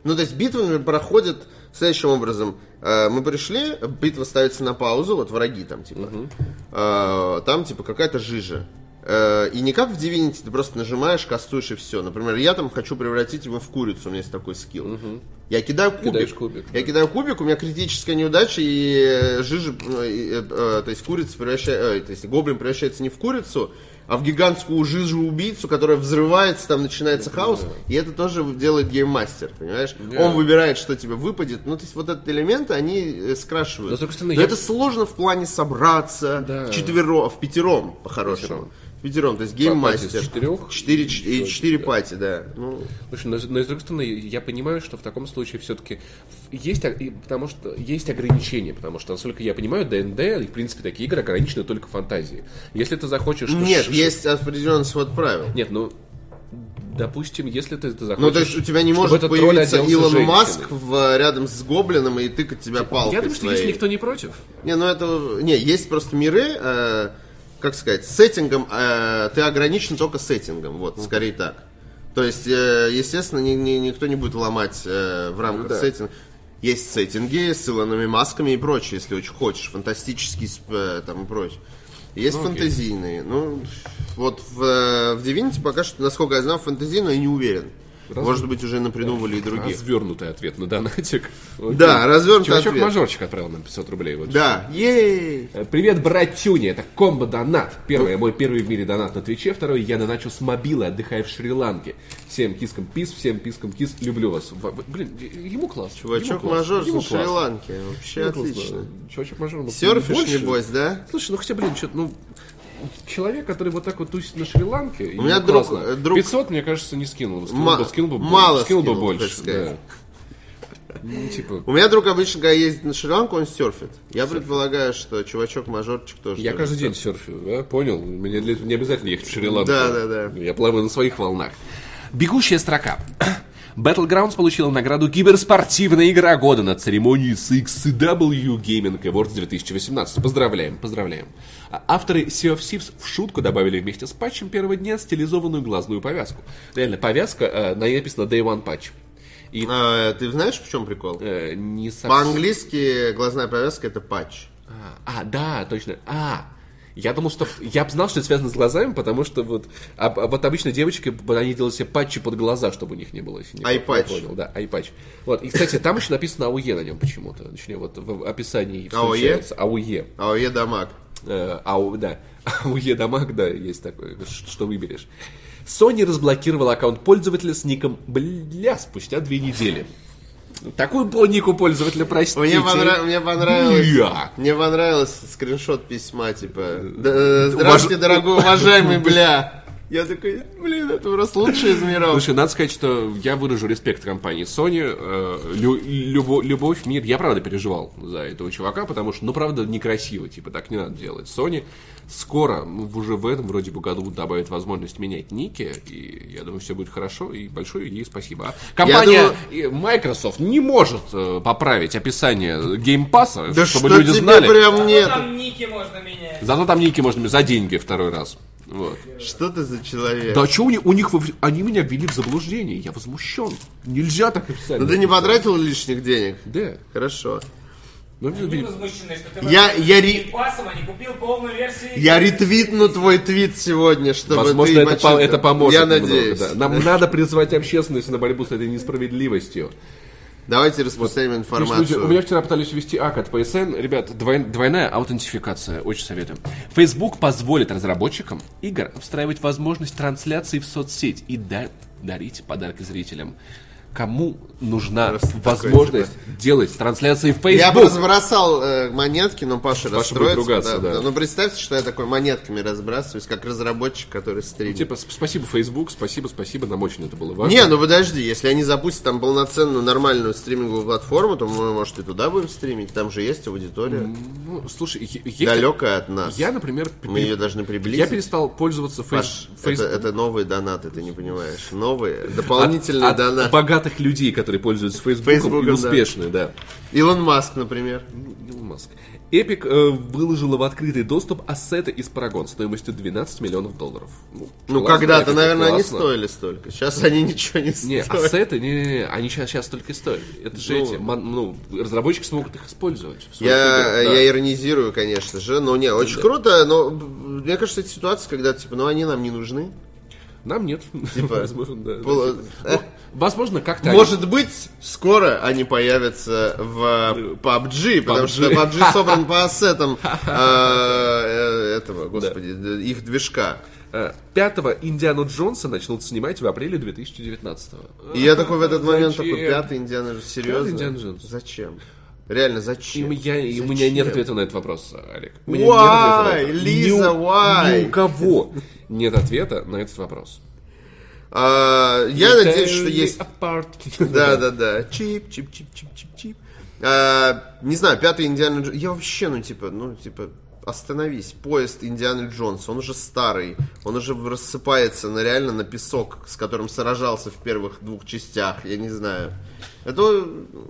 Ну, то есть битва, например, проходит следующим образом. Э, мы пришли, битва ставится на паузу, вот враги там, типа. Uh-huh. Э, там, типа, какая-то жижа. Э, и не как в Divinity, ты просто нажимаешь, кастуешь и все. Например, я там хочу превратить его в курицу, у меня есть такой скилл. Uh-huh. Я кидаю кубик, кубик я да. кидаю кубик, у меня критическая неудача, и жижа, э, э, э, то есть курица превращается, э, то есть гоблин превращается не в курицу, а в гигантскую жижу-убийцу, которая взрывается, там начинается yeah, хаос, yeah. и это тоже делает гейммастер, понимаешь? Yeah. Он выбирает, что тебе выпадет, ну, то есть вот этот элемент, они скрашивают. Но, Но я... это сложно в плане собраться yeah. вчетвером, в пятером, по-хорошему. Пятером, то есть гейммастер. Четырех? Четыре, и четыре пати, да. Ну. Слушай, но, но с другой стороны, я понимаю, что в таком случае все-таки есть, потому что есть ограничения, потому что, насколько я понимаю, ди энд ди, в принципе, такие игры ограничены только фантазией. Если ты захочешь... Нет, ш- есть определенный свод правил. Нет, ну... Допустим, если ты, ты захочешь... Ну, то есть у тебя не может появиться Илон Маск в, рядом с гоблином и тыкать тебя палкой. Я думаю, что если никто не против. Не, ну это... Не, есть просто миры... Э... Как сказать, сеттингом, э, ты ограничен только сеттингом, вот, uh-huh. скорее так. То есть, э, естественно, ни, ни, никто не будет ломать э, в рамках ну, да. сеттинга. Есть сеттинги с Илонами Масками и прочее, если очень хочешь, фантастические э, там и прочее. Есть ну, фэнтезийные. Ну, вот в, в Divinity пока что, насколько я знаю, фэнтезийные, но я не уверен. Раз... Может быть, уже напридумывали и другие. Развернутый ответ на донатик. Да, развернутый ответ. Чувачок-мажорчик отправил нам пятьсот рублей. Вот да, ей! Привет, братюня, это комбо-донат. Первый, мой первый в мире донат на Твиче. Второй, я доначу с мобилы, отдыхая в Шри-Ланке. Всем кискам пис, всем пискам кис, люблю вас. Блин, ему класс. Чувачок-мажор с Шри-Ланки. Вообще ему отлично. Чувачок-мажор. Серфишь, небось, да? Слушай, ну хотя, блин, что-то, ну... Человек, который вот так вот тусит на Шри-Ланке, у меня друг, друг... пятьсот, мне кажется, не скинул. Скинул, Ма- бы, скинул бы, мало скинул скинул, бы больше. Да. Ну, типа... У меня друг обычно, когда ездит на Шри-Ланку, он серфит. Я серфит. предполагаю, что чувачок-мажорчик тоже. Я каждый день серфю, да? Понял? Мне для этого не обязательно ехать в Шри-Ланку. Да, да, да. Я плаваю на своих волнах. Бегущая строка. Battlegrounds получила награду «Киберспортивная игра года» на церемонии си икс дабл ю Gaming Awards две тысячи восемнадцать. Поздравляем, поздравляем. Авторы Sea of Thieves в шутку добавили вместе с патчем первого дня стилизованную глазную повязку. Реально, повязка, э, на ней написано Day One Patch. И, а, ты знаешь, в чем прикол? Э, не совсем... По-английски глазная повязка — это патч. А, а, да, точно. А, я думал, что... Я знал, что это связано с глазами, потому что вот... А, а вот обычно девочки, они делают себе патчи под глаза, чтобы у них не было... Айпатч. Да, айпатч. Вот, и, кстати, там еще написано АОЕ на нем почему-то. Точнее, вот в описании встречается АОЕ. АОЕ дамаг. Э, ау, да. АОЕ дамаг, да, есть такое, что выберешь. Sony разблокировала аккаунт пользователя с ником «Бля» спустя две недели. Такую по нику пользователя, простите. Мне, понрав... Мне понравилось. Бля. Мне понравилось скриншот письма, типа. Здравствуйте, Уваж... дорогой уважаемый, бля. Я такой, блин, это просто лучший из миров. Слушай, надо сказать, что я выражу респект компании Sony, э, лю, любо, любовь, мир. Я, правда, переживал за этого чувака, потому что, ну, правда, некрасиво, типа, так не надо делать. Sony скоро, уже в этом, вроде бы, году добавит возможность менять ники, и я думаю, все будет хорошо, и большое ей спасибо. А компания думаю... Microsoft не может э, поправить описание геймпасса, да чтобы что люди знали. Прям нет. Зато там ники можно менять. Зато там ники можно менять за деньги второй раз. Вот. Что ты за человек? Да что у них, у них, они меня ввели в заблуждение, я возмущен. Нельзя так описать. Ну ты не потратил лишних денег? Да. Хорошо. Ну, они возмущены, что ты я, я, ре... пасом, а не купил полную версию. Я ретвитну твой твит сегодня, чтобы возможно, ты... это, по, это поможет. Я немного, надеюсь. Да. Нам надо призвать общественность на борьбу с этой несправедливостью. Давайте распространим вот информацию. Люди, у меня вчера пытались ввести ак от пи эс эн. Ребят, двой, двойная аутентификация. Очень советую. Facebook позволит разработчикам игр встраивать возможность трансляции в соцсеть и да, дарить подарки зрителям. Кому нужна просто возможность такой, типа... делать трансляции в Facebook? Я бы разбросал э, монетки, но Паша, Паша расстроится. Будет ругаться, да, да. Да. Но представьте, что я такой монетками разбрасываюсь, как разработчик, который стримит. Ну, типа, спасибо Facebook, спасибо, спасибо, нам очень это было важно. Не, ну подожди, если они запустят там полноценную нормальную стриминговую платформу, то мы, может, и туда будем стримить, там же есть аудитория. Ну, слушай, я, далекая от нас. Я, например, мы ее должны приблизить. Я перестал пользоваться Паш, Facebook. Это, это новые донаты, ты не понимаешь. Новые, дополнительные от, донаты. От богатых людей, которые пользуются Фейсбуком, Фейсбуком и успешные, да. да. Илон Маск, например. Илон Маск. Epic э, выложила в открытый доступ ассеты из Paragon стоимостью двенадцать миллионов долларов. Ну, Ну, классно, когда-то, Epic, наверное, они классно. стоили столько. Сейчас они ничего не Не, стоят. ассеты, не, не, не, они сейчас, сейчас только и стоят. Это же Ну. эти, ман- ну, разработчики смогут их использовать. в своих Я, играх, да. я иронизирую, конечно же, но не, очень круто, но мне кажется, эта ситуация, когда, типа, ну, они нам не нужны. Нам нет. Типа, Возможно, да, да, было- типа. э. Ну, возможно, как-то... Может быть, скоро они появятся в пабг, потому что пабг собран по ассетам э, э, этого, господи, их движка. Э, Пятого Индиану Джонса начнут снимать в апреле две тысячи девятнадцатого. И я такой в этот момент Зачем? такой, пятый Индиана Джонс, серьезно? Индиана Джонс. Зачем? Реально, И, зачем? я- и у Зачем? меня нет ответа на этот вопрос, Олег. У меня Why? нет ответа на это. Лиза, Ни у- why? Ни у кого нет ответа на этот вопрос. А, я надеюсь, что есть... Apart. Да-да-да. Чип, чип, чип, чип, чип, чип. А, не знаю, пятый Индиана Джонс... Я вообще, ну, типа, ну, типа, остановись. Поезд Индианы Джонса, он уже старый. Он уже рассыпается на, реально на песок, с которым сражался в первых двух частях. Я не знаю. Это...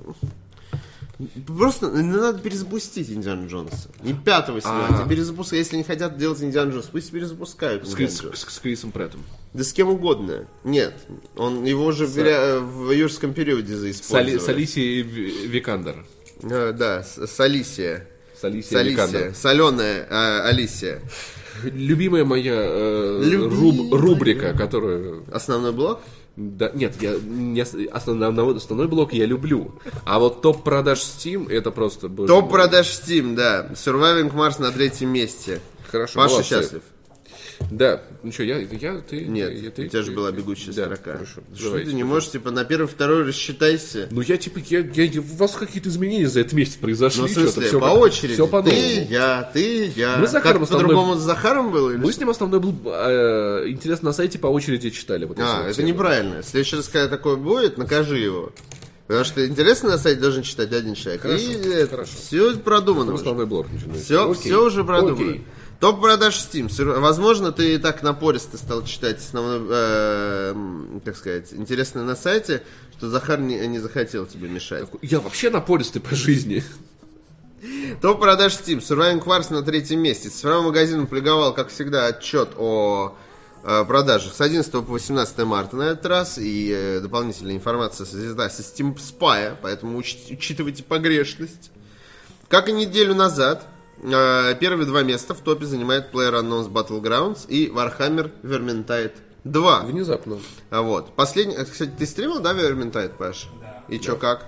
Просто надо перезапустить Индиану Джонса. Не пятого снимать, а перезапускать. Если не хотят делать Индиану Джонс, пусть перезапускают. С, Индиану Крис- Джонса. с- с Крисом Преттом. Да с кем угодно. Нет. Он его уже в, ре- в юрском периоде С, Али- заиспользовали. с Алисией Ви- Викандер. А, да, с, с Алисия. С Алисией С Викандер. Алисия. Соленая а, Алисия. Любимая моя э, Любимая. руб- рубрика, которую... Основной блок? Да, нет, я не ос- основной, основной блок я люблю. А вот топ продаж Steam это просто... боже Топ мой. продаж Steam, да. Surviving Mars на третьем месте. Хорошо, Паша молодцы. счастлив. Да, ну что, я, я, ты... Нет, я, у ты, тебя же ты- была бегущая да, строка. хорошо, Что давайте. ты не можешь, типа, на первый, второй рассчитайся? Ну я типа, я, я, я- у вас какие-то изменения за этот месяц произошли. Ну, в что-то, смысле, всё по как- очереди. Все по-новому. Ты, я, ты, я. Мы с Захаром Как основной- по-другому с Захаром было? или Мы что? с ним основной был, э, интересно, на сайте по очереди читали. Вот эти А, вот это темы. неправильно. В следующий раз, когда такое будет, накажи его. Потому что интересно на сайте должен читать один человек. Хорошо, И это, хорошо. все продумано. Потом уже. основной блок начинается. Все, Окей. все уже продумано. Окей. Топ продаж Steam. Сыр- Возможно, ты так напористо стал читать основной, э, м, как сказать, интересное на сайте, что Захар не, не захотел тебе мешать. Я вообще напористый по жизни. Топ продаж Steam. Surviving Mars на третьем месте. Цифровой магазин опубликовал, как всегда, отчет о э, продажах с одиннадцатого по восемнадцатое марта на этот раз. И э, дополнительная информация со, со Steam Spy, поэтому уч- учитывайте погрешность. Как и неделю назад, э, первые два места в топе занимает PlayerUnknown's Battlegrounds и Warhammer Vermintide два. Внезапно. А вот. Последний... а, Кстати, ты стримил, да, Vermintide, Паш? Да. И чё, как?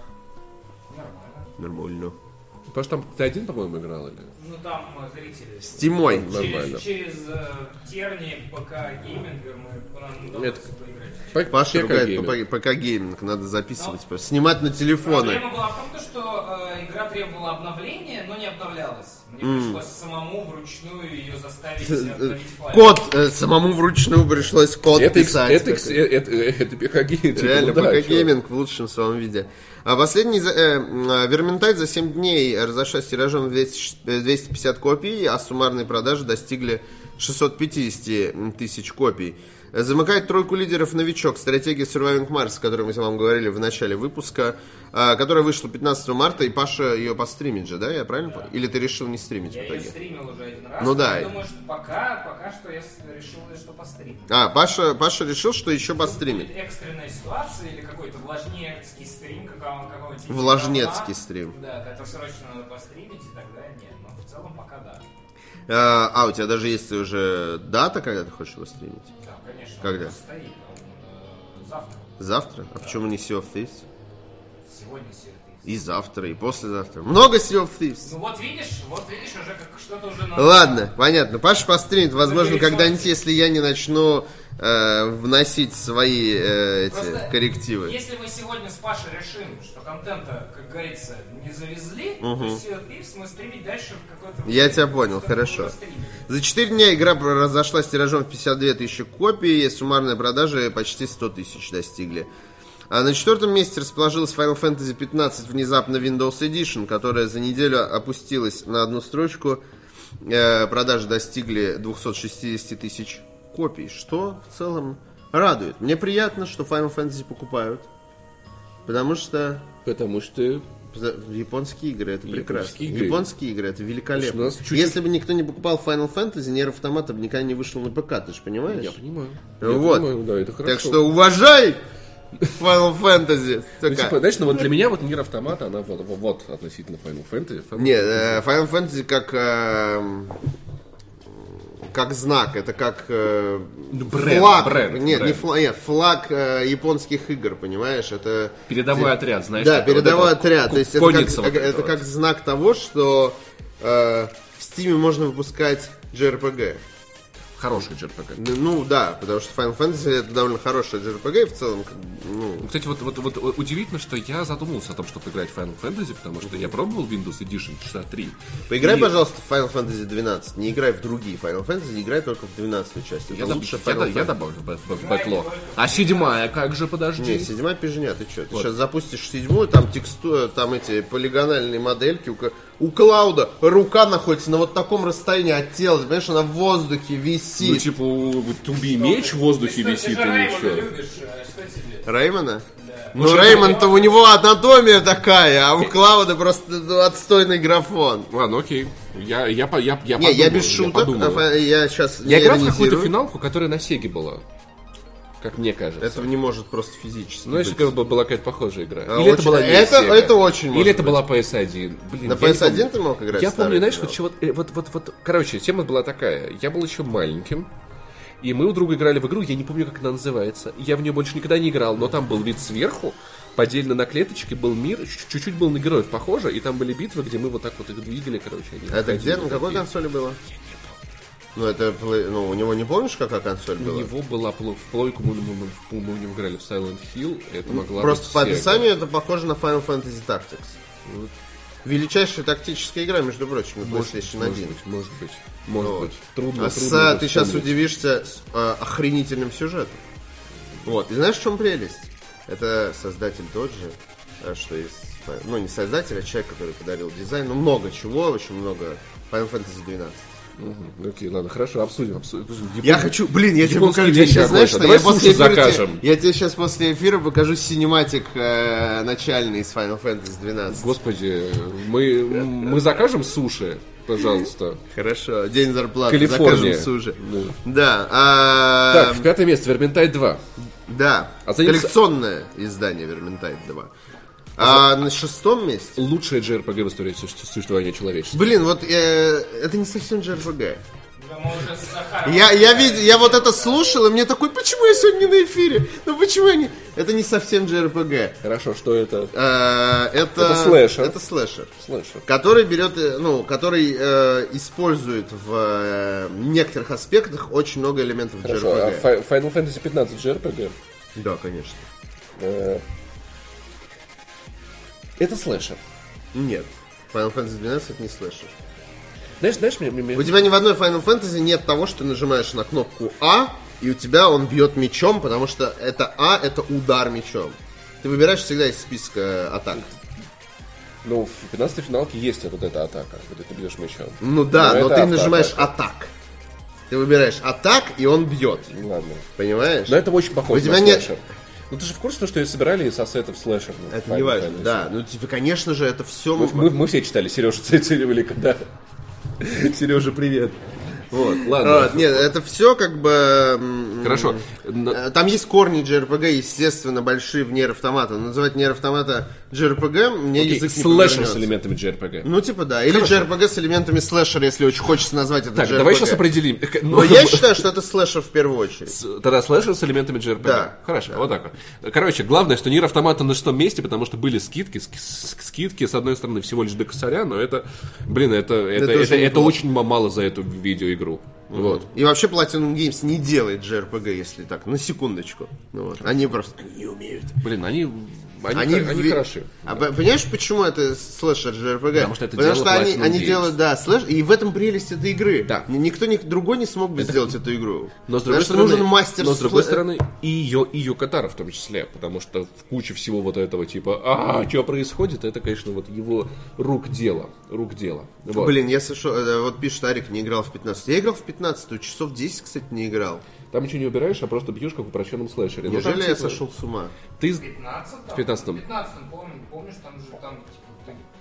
Нормально. Потому что там ты один, по-моему, играл или? Ну там э, зрители. С Тимой. Нормально. Через, через э, терни ПК гейминга мы нам удалось Это- поиграть. Паша Пека ругает гейминг. ПК гейминг, надо записывать, просто снимать на телефоны. Проблема была в том, то, что э, игра требовала обновления, но не обновлялась. Мне пришлось самому вручную ее заставить обновить файл. Код, э, самому вручную пришлось код Это, икс- писать. это, икс- э, это, э, это пи кей гейминг. Реально, Ну да, ПК чё. гейминг в лучшем своем виде. А последний за- э, м, Vermintide за семь дней разошлась тиражом в двести пятьдесят копий, а суммарные продажи достигли шестьсот пятьдесят тысяч копий. Замыкает тройку лидеров новичок стратегия Surviving Mars, о которой мы вам говорили в начале выпуска, а, которая вышла пятнадцатого марта, и Паша ее постримит же, да? Я правильно понял? Или ты решил не стримить в Я ее итоге? стримил уже один раз. Ну но да. Я думаю, что пока, пока что я с- решил, что постримить. А, Паша, Паша решил, что еще постримит. Будет экстренная ситуация или какой-то влажнецкий стрим какого- какого-то типа Влажнецкий говна. стрим. Да, это срочно надо постримить, и тогда нет. Но в целом пока да. А, а, у тебя даже есть уже дата, когда ты хочешь его стримить? Да, конечно. Когда? он стоит. Он, э, завтра. Завтра? А почему не Sea of Thieves? Сегодня все это. И завтра, и послезавтра. Много Sea of Thieves. Ну вот видишь, вот видишь, уже как что-то уже надо. Ладно, понятно. Паша постримит. Возможно, Договориться. когда-нибудь, если я не начну э, вносить свои э, эти Просто коррективы. Если мы сегодня с Пашей решим, что контента, как говорится, не завезли, то Sea of Thieves мы стримить дальше в какой-то... Я тебя понял, что-то хорошо. будем стримить. За четыре дня игра разошлась тиражом в пятьдесят две тысячи копий, суммарные продажи почти сто тысяч достигли. А на четвертом месте расположилась Final Fantasy пятнадцать внезапно Windows Edition, которая за неделю опустилась на одну строчку. Э, продажи достигли двести шестьдесят тысяч копий, что в целом радует. Мне приятно, что Final Fantasy покупают, потому что... Потому что Японские игры, это прекрасно. Японские игры. Японские игры, это великолепно. У нас чуть-чуть- Если бы никто не покупал Final Fantasy, Nier Automata бы никогда не вышел на ПК, ты же понимаешь? Я понимаю. Я Вот. понимаю, да, это хорошо. Так что уважай Final Fantasy. Ну, Такая. типа, знаешь, ну вот для меня вот Nier Automata, она вот, вот, вот относительно Final Fantasy. Final Нет, э, Final Fantasy как э, как знак, это как э, бренд, флаг. бренд, нет, бренд. не флаг, нет, флаг э, японских игр, понимаешь? Это Передовой отряд, знаешь. да, такой, передовой вот это отряд. вот, То есть это как, конница вот это эта как вот. знак того, что э, в Steam можно выпускать джей ар пи джи. Хороший джей ар пи джи. Ну да, потому что Final Fantasy это довольно хорошая джей ар пи джи и в целом, как бы, ну, Ну, кстати, вот, вот, вот удивительно, что я задумался о том, чтобы играть в Final Fantasy, потому что я пробовал Windows Edition шестьдесят три. поиграй, И пожалуйста, в Final Fantasy двенадцать. Не играй в другие Final Fantasy, играй только в двенадцатую часть. Это Я, доб- лучше я, Final до- я Fantasy. добавлю в, в- в бэклог. А седьмая, как же, подожди? Не, седьмая пижня, ты что? Ты Вот. сейчас запустишь седьмую, там текстура, там эти полигональные модельки. У, Ка- у Клауда рука находится на вот таком расстоянии от тела, ты понимаешь, она в воздухе Ну, висит. типа, у Туби меч в воздухе Ты висит же и Реймона ничего. любишь, а что тебе? Реймона? Ну, Реймон-то у него анатомия такая, а у Клауда просто ну, отстойный графон. Ладно, окей. Я, я, по- я, я Не, я подумаю, без я шуток, подумаю. а, я сейчас Я играл в какую-то иронизирую. финалку, которая на Сеге была. Как мне кажется. Этого не может просто физически Ну, если быть. как бы была какая-то похожая игра. А, Или это очень- была не это- Sega. это очень может Или это быть. была пи эс один. Блин, На я не пи эс один помню. ты мог играть Я в старый помню, знаешь, финал? вот, чего, э, вот, вот, вот, короче, тема была такая. Я был еще маленьким, и мы у друга играли в игру, я не помню, как она называется. Я в нее больше никогда не играл, но там был вид сверху, поддельно на клеточке был мир, чуть- чуть-чуть был на героев похоже, и там были битвы, где мы вот так вот их двигали, короче. они Это ходили, где? На какой такие. консоли было? Ну, это, плей- ну, у него не помнишь, какая консоль У была? него была пло- в плойку, мы, мы, мы, мы в него играли в Silent Hill, это могла Просто быть по Sega. описанию это похоже на Final Fantasy Tactics. Вот. Величайшая тактическая игра, между прочим, на Может быть, PlayStation может один. быть, может быть, может Вот. быть. Трудно, А с- трудно ты сейчас вспомнить. удивишься с э, охренительным сюжетом. Вот. И знаешь, в чем прелесть? Это создатель тот же, э, что из... Ну, не создатель, а человек, который подарил дизайн. Ну, много чего, очень много. Final Fantasy двенадцать. Мгм. Окей, ладно, хорошо, обсудим. обсудим. Я хочу, блин, я тебе Японские покажу. Я деньги сейчас, знаешь, какой-то. что Давай я после суши эфира тебе- закажем. я тебе сейчас после эфира покажу синематик э, начальный из Final Fantasy двенадцать. Господи, мы, мы закажем суши, пожалуйста. Хорошо, день зарплаты, Калифорния. закажем суши. Да. Да, а, Так, пятое место, Vermintide два. да, Оценится- коллекционное издание Vermintide два. А на шестом месте, Лучшее джей ар пи джи в истории су- существования человечества. блин, вот э, это не совсем джей ар пи джи. Да мы уже с Захаром. Я, я, вид- я вот это слушал, и мне такой, почему я сегодня не на эфире? Ну почему я не... Это не совсем джей ар пи джи. Хорошо, что это? Э, это, Это слэшер. Это слэшер. Слэшер. Который берет, э, ну, который э, использует в э, некоторых аспектах очень много элементов джей ар пи Хорошо, джи. а Fi- Final Fantasy пятнадцать джей ар пи джи? Да, конечно. Э, Это слэшер. Нет. Final Fantasy двенадцать это не слэшер. Знаешь, знаешь, мне... мне- У тебя ни в одной Final Fantasy нет того, что ты нажимаешь на кнопку А, и у тебя он бьет мечом, потому что это А, это удар мечом. Ты выбираешь всегда из списка атак. Ну, в пятнадцатой финалке есть вот эта атака, где ты бьешь мечом. Ну да, Но но, это ты автоатака. нажимаешь атак. Ты выбираешь атак, и он бьет. Ладно. Понимаешь? Но это очень похоже У тебя на нет- слэшер. Ну ты же в курсе, что ее собирали из ассетов слэшер? ну, Это Final не важно, Fantasy? да. Ну, типа, конечно же, это все... Мы, мы- мы все читали Сережу Цицелевелика, да. Сережа, привет. Вот, ладно. Вот, нет, это все как бы... м, Хорошо. Но- э, Там есть корни джей ар пи джи, естественно, большие в Nier Automata. Но называть Nier Automata джей ар пи джи мне Окей, язык не слэшер с повернется. элементами джей ар пи джи. Ну, типа, да. Или Хорошо. джей ар пи джи с элементами слэшера, если очень хочется назвать это Так, джей ар пи джи. давай сейчас определим. Но я считаю, что это слэшер в первую очередь. С- Тогда слэшер с элементами джей ар пи джи. Да. Хорошо, вот так вот. Короче, главное, что Nier Automata на шестом месте, потому что были скидки. Ски- с- Скидки, с одной стороны, всего лишь до косаря, но это, блин, это, это, тоже это, это неплохо. очень м- мало за эту видеоигру. Вот. И вообще Platinum Games не делает джей ар пи джи, если так, на секундочку. Ну вот. Они просто не умеют. Блин, они, они, они, ви- хороши. А п- понимаешь, почему это слэшер джей ар пи джи? Потому что это Потому дело что они, Platinum они Games. делают, да, слэш, и в этом прелесть этой игры. Да. Ни- Никто ни, другой не смог бы сделать эту игру. Но с другой Потому что стороны, нужен мастер но с другой слэ- стороны и ее, и ее Катара в том числе, потому что в куче всего вот этого типа, а, что происходит, это, конечно, вот его рук дело, рук дело. Вот. Блин, я сошел, э, вот пишет Арик, не играл в пятнадцать. Я играл в пятнадцать, часов десять, кстати, не играл. Там ничего не убираешь, а просто бьешь, как в упрощенном слэшере. Но Неужели там, я типа, сошел с ума? Ты... В пятнадцатом? В пятнадцатом. В пятнадцатом, помню, помнишь, там же там, типа, ты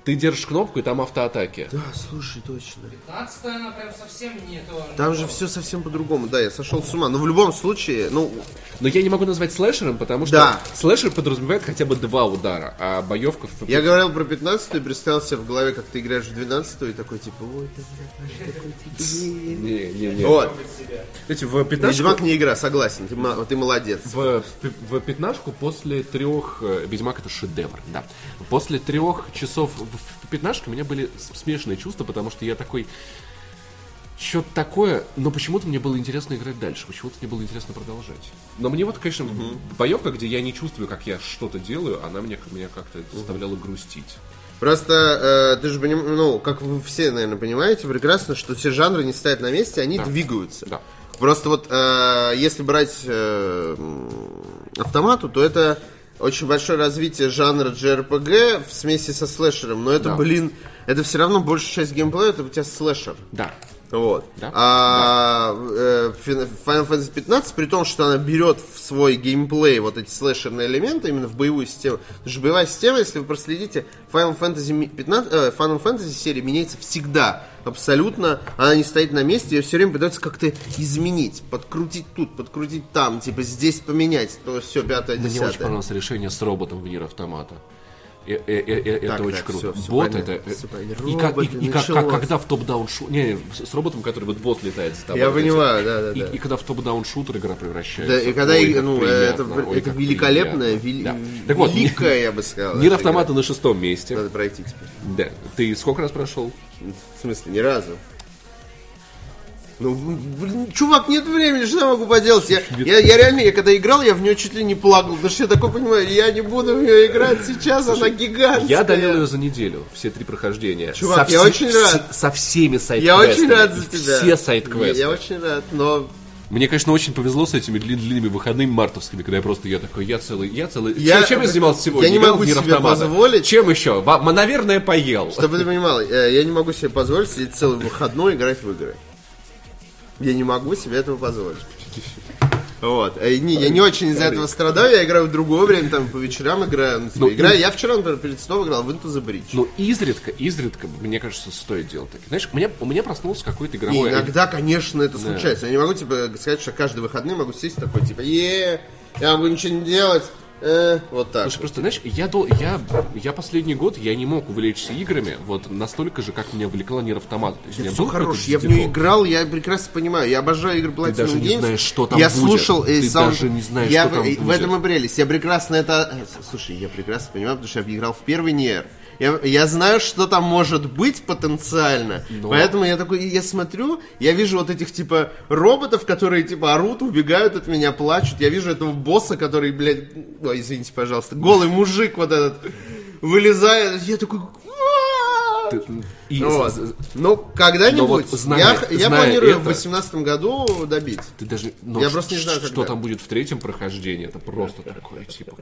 Ты держишь кнопку, и там автоатаки. Да, слушай, точно. пятнадцатая, она прям совсем не то. Там же все совсем по-другому. Да, я сошел с ума. Но в любом случае, ну... Но я не могу назвать слэшером, потому что Да. слэшер подразумевает хотя бы два удара, а боевка... В... Я говорил про пятнадцатую и представил себе в голове, как ты играешь в двенадцатую, и такой, типа, ой, ты, блядь, такой, типа... Не, не, не. Вот. Знаете, в пятнашку... Ведьмак не игра, согласен, ты, ма- ты молодец. В, в пятнашку после трех... э, Ведьмак это шедевр, да. После трех часов в, в пятнашке у меня были с- смешанные чувства, потому что я такой... Что-то такое, но почему-то мне было интересно играть дальше, почему-то мне было интересно продолжать. Но мне вот, конечно, mm-hmm. боевка, где я не чувствую, как я что-то делаю, она мне, меня как-то заставляла грустить. Просто, э, ты же понимаешь, ну, как вы все, наверное, понимаете прекрасно, что все жанры не стоят на месте, они да. двигаются. Да. Просто вот, э, если брать э, автомату, то это очень большое развитие жанра джей ар пи джи в смеси со слэшером, но это, да. блин, это все равно большая часть геймплея, это у тебя слэшер. Да. Вот. Да? А да. Final Fantasy пятнадцать, при том, что она берет в свой геймплей вот эти слэшерные элементы, именно в боевую систему. Потому что боевая система, если вы проследите, Final Fantasy пятнадцать, э, Final Fantasy серия меняется всегда. Абсолютно. Она не стоит на месте, ее все время пытаются как-то изменить. Подкрутить тут, подкрутить там. Типа здесь поменять. То все, пятое, десятое. Мне очень понравилось решение с роботом в Нир Автомата. Э, э, э, э, это так, очень так, круто. все, все Бот понятно, это... все понятно. И, как, Роботы, и, и как, как, началось. когда в топ-даун шутер... Не, с, с роботом, который вот бот летает за тобой. Я вот понимаю, эти. да, да, и, да. И когда в топ-даун шутер игра превращается. Да, и когда ой, и, ну, приятно, это, ой, это как великолепное, приятно. вели, Да. Так вот, великое, я бы сказал. Нир Автомата на шестом месте. Надо пройти теперь. Да. Ты сколько раз прошел? В смысле, ни разу. Ну, блин, чувак, нет времени, что я могу поделать? Я, я, я реально, я когда играл, я в нее чуть ли не плакал, потому что я такой понимаю, я не буду в нее играть сейчас, Слушай, она гигантская. Я долил ее за неделю, все три прохождения. Чувак, со я вс- очень рад. Со всеми сайт-квестами. Я очень рад за тебя. Все сайт-квесты. Я, я очень рад, но... Мне, конечно, очень повезло с этими длин- длинными выходными мартовскими, когда я просто, я такой, я целый, я целый... Я, чем, чем я занимался сегодня? Я не Играл могу в Нир себе Автомата. позволить... Чем еще? Вам, наверное, поел. Чтобы ты понимал, я не могу себе позволить сидеть целый выходной и играть в игры. Я не могу себе этого позволить. Вот. Не, я не очень из-за этого страдаю, я играю в другое время, там по вечерам играю. Ну, типа, ну, играю. Я вчера, например, перед сном играл в Into the Bridge. Ну, изредка, изредка, мне кажется, стоит делать такие. Знаешь, у меня, у меня проснулся какой-то И игровой... иногда, конечно, это случается. Я не могу, типа, сказать, что каждый выходный могу сесть такой, типа, е я могу ничего не делать. Э, вот так. Слушай, просто, знаешь, я, дол- я, я последний год, я не мог увлечься играми вот настолько же, как меня увлекла Нир Автомат. То есть, у меня Все был хорош, какой-то я в дефолт. нее играл, я прекрасно понимаю. Я обожаю игры Platinum Games. Ты даже не знаешь, что там я будет. слушал, э, Ты саунд... даже не знаешь, я, что там э, будет. В этом и прелесть. Я прекрасно это... Слушай, я прекрасно понимаю, потому что я играл в первый Нир. Я, я знаю, что там может быть потенциально. Но... Поэтому я такой, я смотрю, я вижу вот этих, типа, роботов, которые, типа, орут, убегают от меня, плачут. Я вижу этого босса, который, блядь... Ой, извините, пожалуйста. Голый мужик вот этот вылезает. Я такой... Ты, и, вот. Ну, когда-нибудь вот, зная, я, я зная планирую это, в восемнадцатом году добить. Ты даже, ну, я ш- просто не знаю, что когда. там будет в третьем прохождении. Это просто такое, типа...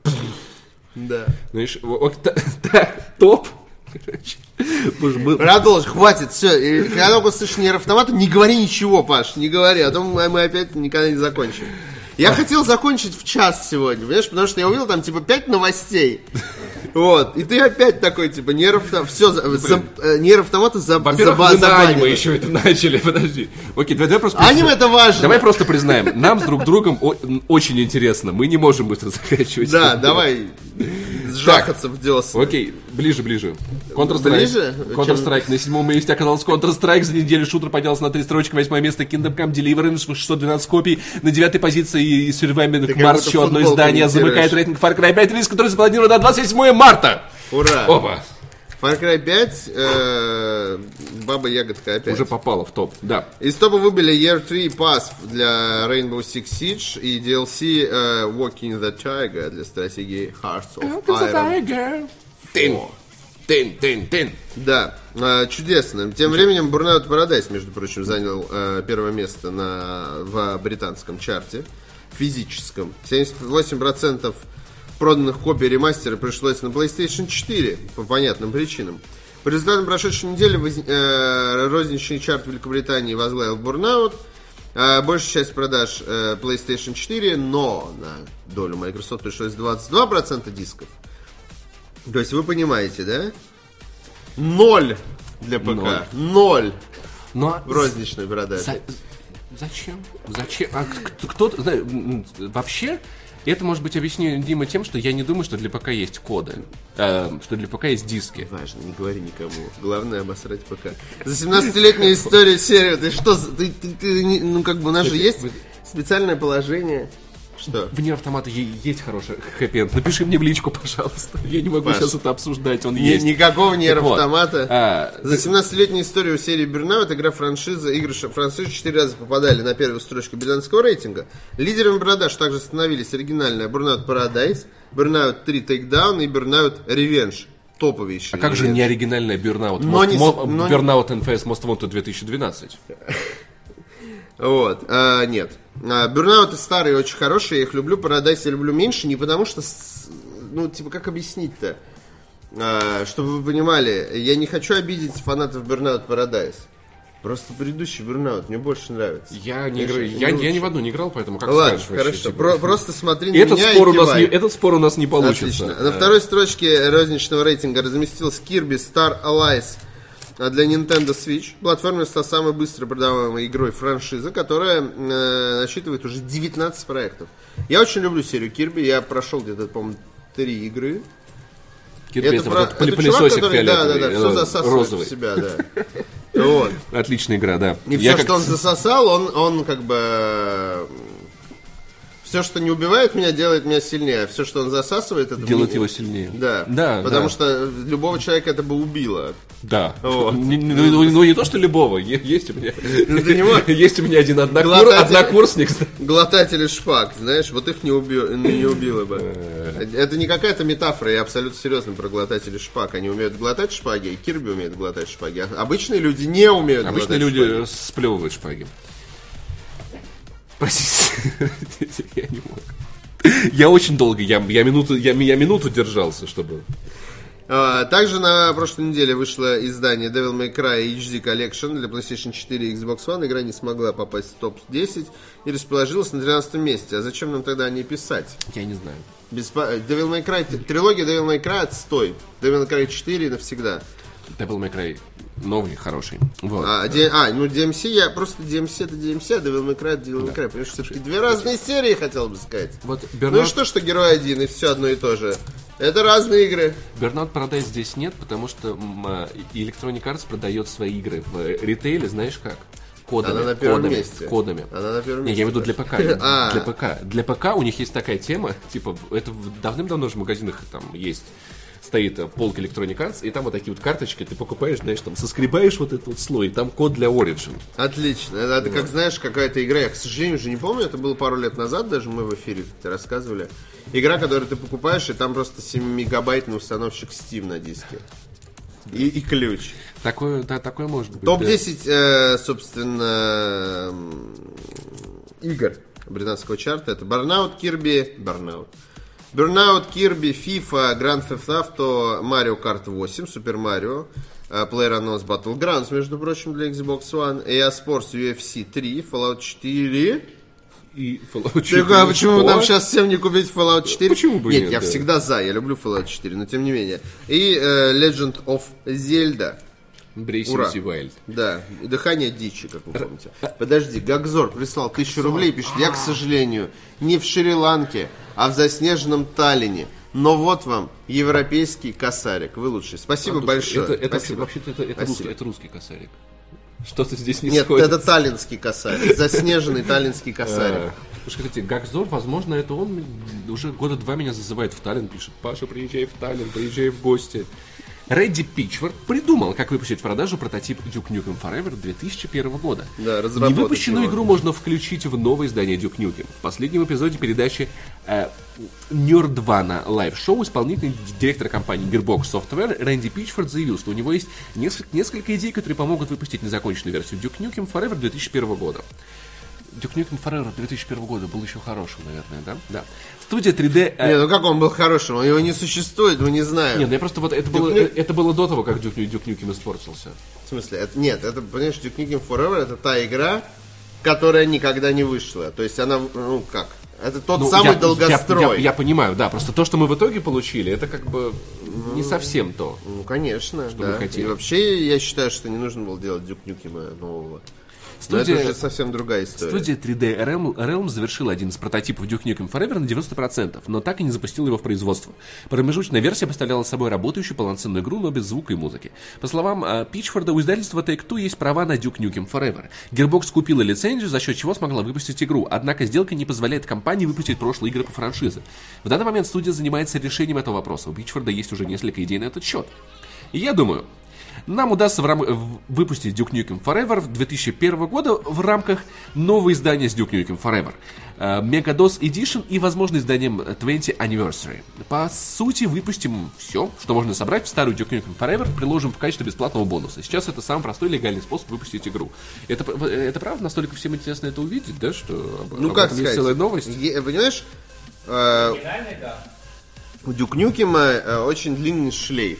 Да. Знаешь, так, топ. Продолжи, хватит, все. И когда услышишь Нир Автомата, не говори ничего, Паш, не говори, а то мы, мы опять никогда не закончим. Я а. хотел закончить в час сегодня, понимаешь, потому что я увидел там типа пять новостей. Вот, и ты опять такой, типа, Нир Автомата, все, за, Нир Автомата за Во-первых, мы на аниме еще это начали, подожди. Окей, давай, давай просто... Аниме это важно. Давай просто признаем, нам с друг другом о- очень интересно, мы не можем быстро заканчивать. Да, давай сжахаться в десна. Окей, ближе, ближе. Counter-Strike. Ближе? Counter-Strike. Чем... На седьмом месте оказался Counter-Strike. За неделю шутер поднялся на три строчки. Восьмое место Kingdom Come Deliverance, шестьсот двенадцать копий. На девятой позиции Surviving Mars, еще одно издание. Замыкает рейтинг Far Cry пять, релиз, который запланирован на двадцать седьмое марта. Ура! Опа! Far Cry пять, э, Баба Ягодка опять. Уже попала в топ, да. Из топа выбили Year три Pass для Rainbow Six Siege и ди эл си э, Walking the Tiger для стратегии Hearts of Iron. Тын, тын, тын, тын. Да, э, чудесно. Тем временем Burnout Paradise, между прочим, занял э, первое место на, в британском чарте, физическом. семьдесят восемь процентов проданных копий ремастера пришлось на PlayStation четыре по понятным причинам. По результатам прошедшей недели воз... э, розничный чарт Великобритании возглавил Burnout. Э, большая часть продаж э, PlayStation четыре, но на долю Microsoft пришлось двадцать два процента дисков. То есть вы понимаете, да? Ноль для ПК. Ноль. Ноль. Но В розничной продаже. За- Зачем? Зачем? А к- кто-то, знаю, м, м, вообще, это может быть объяснимо тем, что я не думаю, что для ПК есть коды, э, что для ПК есть диски. Важно, не говори никому. Главное обосрать ПК. За семнадцатилетнюю историю серии. Ты что, за- ты, ты- ты не- ну как бы у нас же есть специальное положение. Что? В Нир Автомата е- есть хороший хэппи-энд. Напиши мне в личку, пожалуйста. Я не могу Паш, сейчас это обсуждать, он Ни- есть. никакого Так вот, нейроавтомата. а, За семнадцатилетнюю историю серии Burnout игра франшиза, игры ш- франшизы четыре раза попадали на первую строчку британского рейтинга. Лидерами продаж также становились оригинальная Burnout Paradise, Burnout три Takedown и Burnout Revenge. Топовейшие. А как же Revenge. не оригинальная Burnout? Но Most- не с- Mo- но не- Burnout эн эф эс Most Wanted две тысячи двенадцать. Вот, а, нет. А, Burnout старые очень хорошие, я их люблю, Paradise я люблю меньше, не потому что, с- ну, типа, как объяснить-то? А, чтобы вы понимали, я не хочу обидеть фанатов Burnout Paradise. Просто предыдущий Burnout мне больше нравится. Я, не играю, Конечно, я, не я ни лучше. в одну не играл, поэтому как Ладно, скажешь вообще, хорошо, типа. Про- просто смотри на Этот меня спор, и у нас кивай. не, этот спор у нас не получится. Отлично. На Да. второй строчке розничного рейтинга разместилась Kirby Star Allies для Nintendo Switch. Платформа стала самой быстро продаваемой игрой франшизы, которая э, насчитывает уже девятнадцать проектов. Я очень люблю серию Kirby. Я прошел где-то, по-моему, три игры. Кирби, это, про- вот этот это чувак, пылесосик который, да, да, да, фиолетовый, все э, засасывает розовый. в себя, да. Вот. Отличная игра, да. И Я все, как- что он засосал, он, он как бы... Все, что не убивает меня, делает меня сильнее. А все, что он засасывает, это... Делает мне- его сильнее. Да. Да, Потому да. что любого человека это бы убило. Да. Вот. Не- не- Ну, ну, не то, что любого. Е- Есть у меня. Ну, ты не можешь. Есть у меня один однокур- Глотатель. однокурсник. Глотатели шпаг, знаешь, вот их не, уби- не убило бы. Это не какая-то метафора, я абсолютно серьезно про глотателей шпаг. Они умеют глотать шпаги, и Кирби умеет глотать шпаги. А обычные люди не умеют Обычные глотать люди шпаги. сплевывают шпаги. Простите, я не мог. Я очень долго, я, я, минуту, я, я минуту держался, чтобы... А, Также на прошлой неделе вышло издание Devil May Cry эйч ди Collection для PlayStation четыре и Xbox One. Игра не смогла попасть в топ десять и расположилась на тринадцатом месте. А зачем нам тогда о ней писать? Я не знаю. Беспо... Devil May Cry, трилогия Devil May Cry отстой. Devil May Cry четыре навсегда. Devil May Cry новый, хороший. Вот. А, Ди- а, ну ди эм си, я просто ди эм си это ди эм си, а Devil May Cry это Devil May Cry. Понимаешь, все-таки две разные серии, хотел бы сказать. Вот Ну и Burnout, что, что герой один, и все одно и то же. Это разные игры. Burnout Paradise здесь нет, потому что м, а, Electronic Arts продает свои игры в ритейле, знаешь как? Кодами. Она на первом кодами, месте. Кодами. Она на первом Не, месте. я имею в виду для ПК. А. Для ПК. Для ПК у них есть такая тема, типа, это в- давным-давно же в магазинах там есть. Стоит э, полка Electronic Arts, и там вот такие вот карточки, ты покупаешь, знаешь, там соскребаешь вот этот вот слой, и там код для Origin. Отлично. Это, это как, знаешь, какая-то игра, я, к сожалению, уже не помню, это было пару лет назад, даже мы в эфире как-то рассказывали. Игра, которую ты покупаешь, и там просто семимегабайтный установщик Steam на диске. И, и ключ. Такое, да, такое может быть. топ да. десять, э, собственно, м, игр британского чарта. Это Burnout, Kirby, Burnout. Burnout, Kirby, FIFA, Grand Theft Auto, Mario Kart восемь, Super Mario, э, PlayerUnknown's Battlegrounds, между прочим, для Xbox One, и и Sports ю эф си три, Fallout четыре. И Fallout Так, четыре. а почему Что? нам сейчас всем не купить Fallout четыре? Почему бы нет? нет, я да. всегда за, я люблю Fallout четыре, но тем не менее. И э, Legend of Zelda. Breath Ура. of the Wild. Да, и дыхание дичи, как вы помните. Подожди, Гагзор прислал тысячу рублей, пишет, я, к сожалению, не в Шри-Ланке, а в заснеженном Таллине. Но вот вам европейский косарик. Вы лучший. Спасибо большое. Это, это Спасибо. вообще-то это, это, Спасибо. русский, это русский косарик. Что-то здесь не Нет, сходится. это таллинский косарик. Заснеженный таллинский косарик. А, Слушай, кстати, Гагзор, возможно, это он уже года два меня зазывает в Таллин, пишет: Паша, приезжай в Таллин, приезжай в гости. Рэдди Пичфорд придумал, как выпустить в продажу прототип Duke Nukem Forever две тысячи первого года. Да, разработать Невыпущенную его. игру можно включить в новое издание Duke Nukem. В последнем эпизоде передачи э, Nerdvana Live Show исполнительный директор компании Gearbox Software Рэнди Пичфорд заявил, что у него есть несколько, несколько идей, которые помогут выпустить незаконченную версию Duke Nukem Forever две тысячи первого года. Duke Nukem Forever две тысячи первого года был еще хорошим, наверное, да? Да. Студия три дэ... э, Не, ну как он был хорошим? Его не существует, мы не знаем. Нет, ну я просто вот это было, Nukem- это было до того, как Duke, Duke Nukem испортился. В смысле? Это, нет, это, понимаешь, Duke Nukem Forever это та игра, которая никогда не вышла. То есть она, ну как, Это тот Ну, самый я, долгострой. Я, я, я понимаю, да. Просто то, что мы в итоге получили, это как бы не совсем то. Ну, конечно, что да. мы хотели. И вообще, я считаю, что не нужно было делать Duke Nukem нового. Но Студия, это уже совсем другая история. студия три дэ Realms завершила один из прототипов Duke Nukem Forever на девяносто процентов, но так и не запустила его в производство. Промежуточная версия представляла собой работающую полноценную игру, но без звука и музыки. По словам э, Питчфорда, у издательства Take-Two есть права на Duke Nukem Forever. Gearbox купила лицензию, за счет чего смогла выпустить игру, однако сделка не позволяет компании выпустить прошлые игры по франшизе. В данный момент студия занимается решением этого вопроса. У Питчфорда есть уже несколько идей на этот счет. И я думаю, нам удастся в рам... выпустить Duke Nukem Forever в две тысячи первого года в рамках нового издания с Duke Nukem Forever. Megados Edition и, возможно, изданием двадцатый Anniversary. По сути, выпустим все, что можно собрать в старую Duke Nukem Forever, приложим в качестве бесплатного бонуса. Сейчас это самый простой легальный способ выпустить игру. Это, это правда? Настолько всем интересно это увидеть, да? Что об, ну, об как этом сказать, есть целая новость? Е- понимаешь, э- у Duke Nukem э, очень длинный шлейф.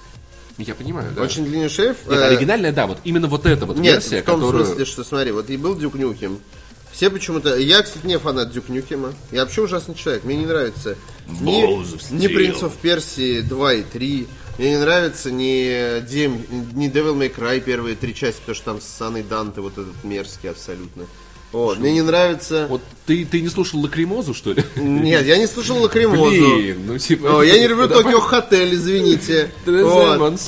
Я понимаю, да. Очень длинный шлейф. Нет, э- оригинальная, да, вот именно вот эта вот Нет, версия, в том которую... смысле, что смотри, вот и был Duke Nukem. Все почему-то... Я, кстати, не фанат Duke Nukem. Я вообще ужасный человек. Мне не нравится ни, ни Prince of Persia два и три. Мне не нравится ни, Дем, ни Devil May Cry первые три части, потому что там ссаный Данте вот этот мерзкий абсолютно. Вот. Мне не нравится... Вот ты, ты не слушал Лакримозу, что ли? Нет, я не слушал Лакримозу. Блин, ну типа... О, я не люблю Токио Хотель, извините. Вот.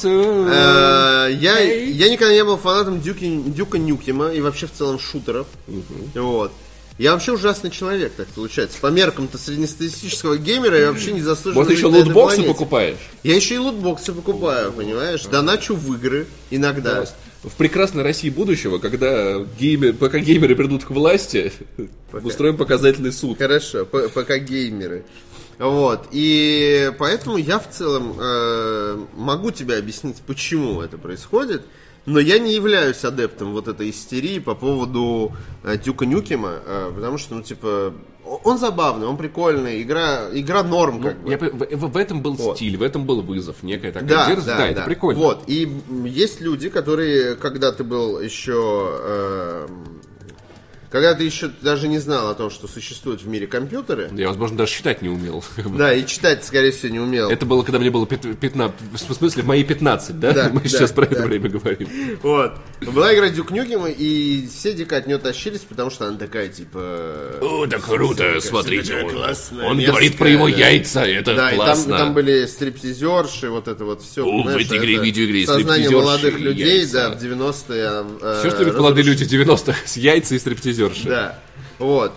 Э, Я, я никогда не был фанатом Дюки, Дюка Нюкема и вообще в целом шутеров. Вот. Я вообще ужасный человек, так получается. По меркам-то среднестатистического геймера я вообще не заслуживаю. Вот еще жить на этой лутбоксы планете. покупаешь? Я еще и лутбоксы покупаю, понимаешь? Доначу в игры иногда. В прекрасной России будущего, когда геймер, пока геймеры придут к власти, Пока. устроим показательный суд. Хорошо, п- пока геймеры. Вот, и поэтому я в целом э, могу тебе объяснить, почему это происходит, но я не являюсь адептом вот этой истерии по поводу э, Дюка Нюкема, э, потому что, ну, типа, он забавный, он прикольный, игра, игра норм, как бы. Я, в, в- в этом был Вот. стиль, в этом был вызов, некая такая Да, дерзость, да, да, да, это прикольно. Вот, и м, есть люди, которые, когда ты был еще... э, когда ты еще даже не знал о том, что существуют в мире компьютеры, Я, возможно, даже считать не умел. да, и читать, скорее всего, не умел. Это было, когда мне было пятнадцать, в смысле, в мои пятнадцать, да? Да, Мы да, сейчас про да. это время говорим. Вот. Была игра Duke Nukem, и все дико от нее тащились, потому что она такая, типа... О, да круто, такая, смотрите, такая он, классная, он мерзкая, говорит про его да. яйца, это Да, и там, классно. там были стриптизерши, вот это вот все. О, в этой игре, видеоигре сознание стриптизерши молодых и людей, яйца. да, в девяностые. Э, Все, что любят молодые люди в девяностых, с яйца и стриптизерши. Да. Вот.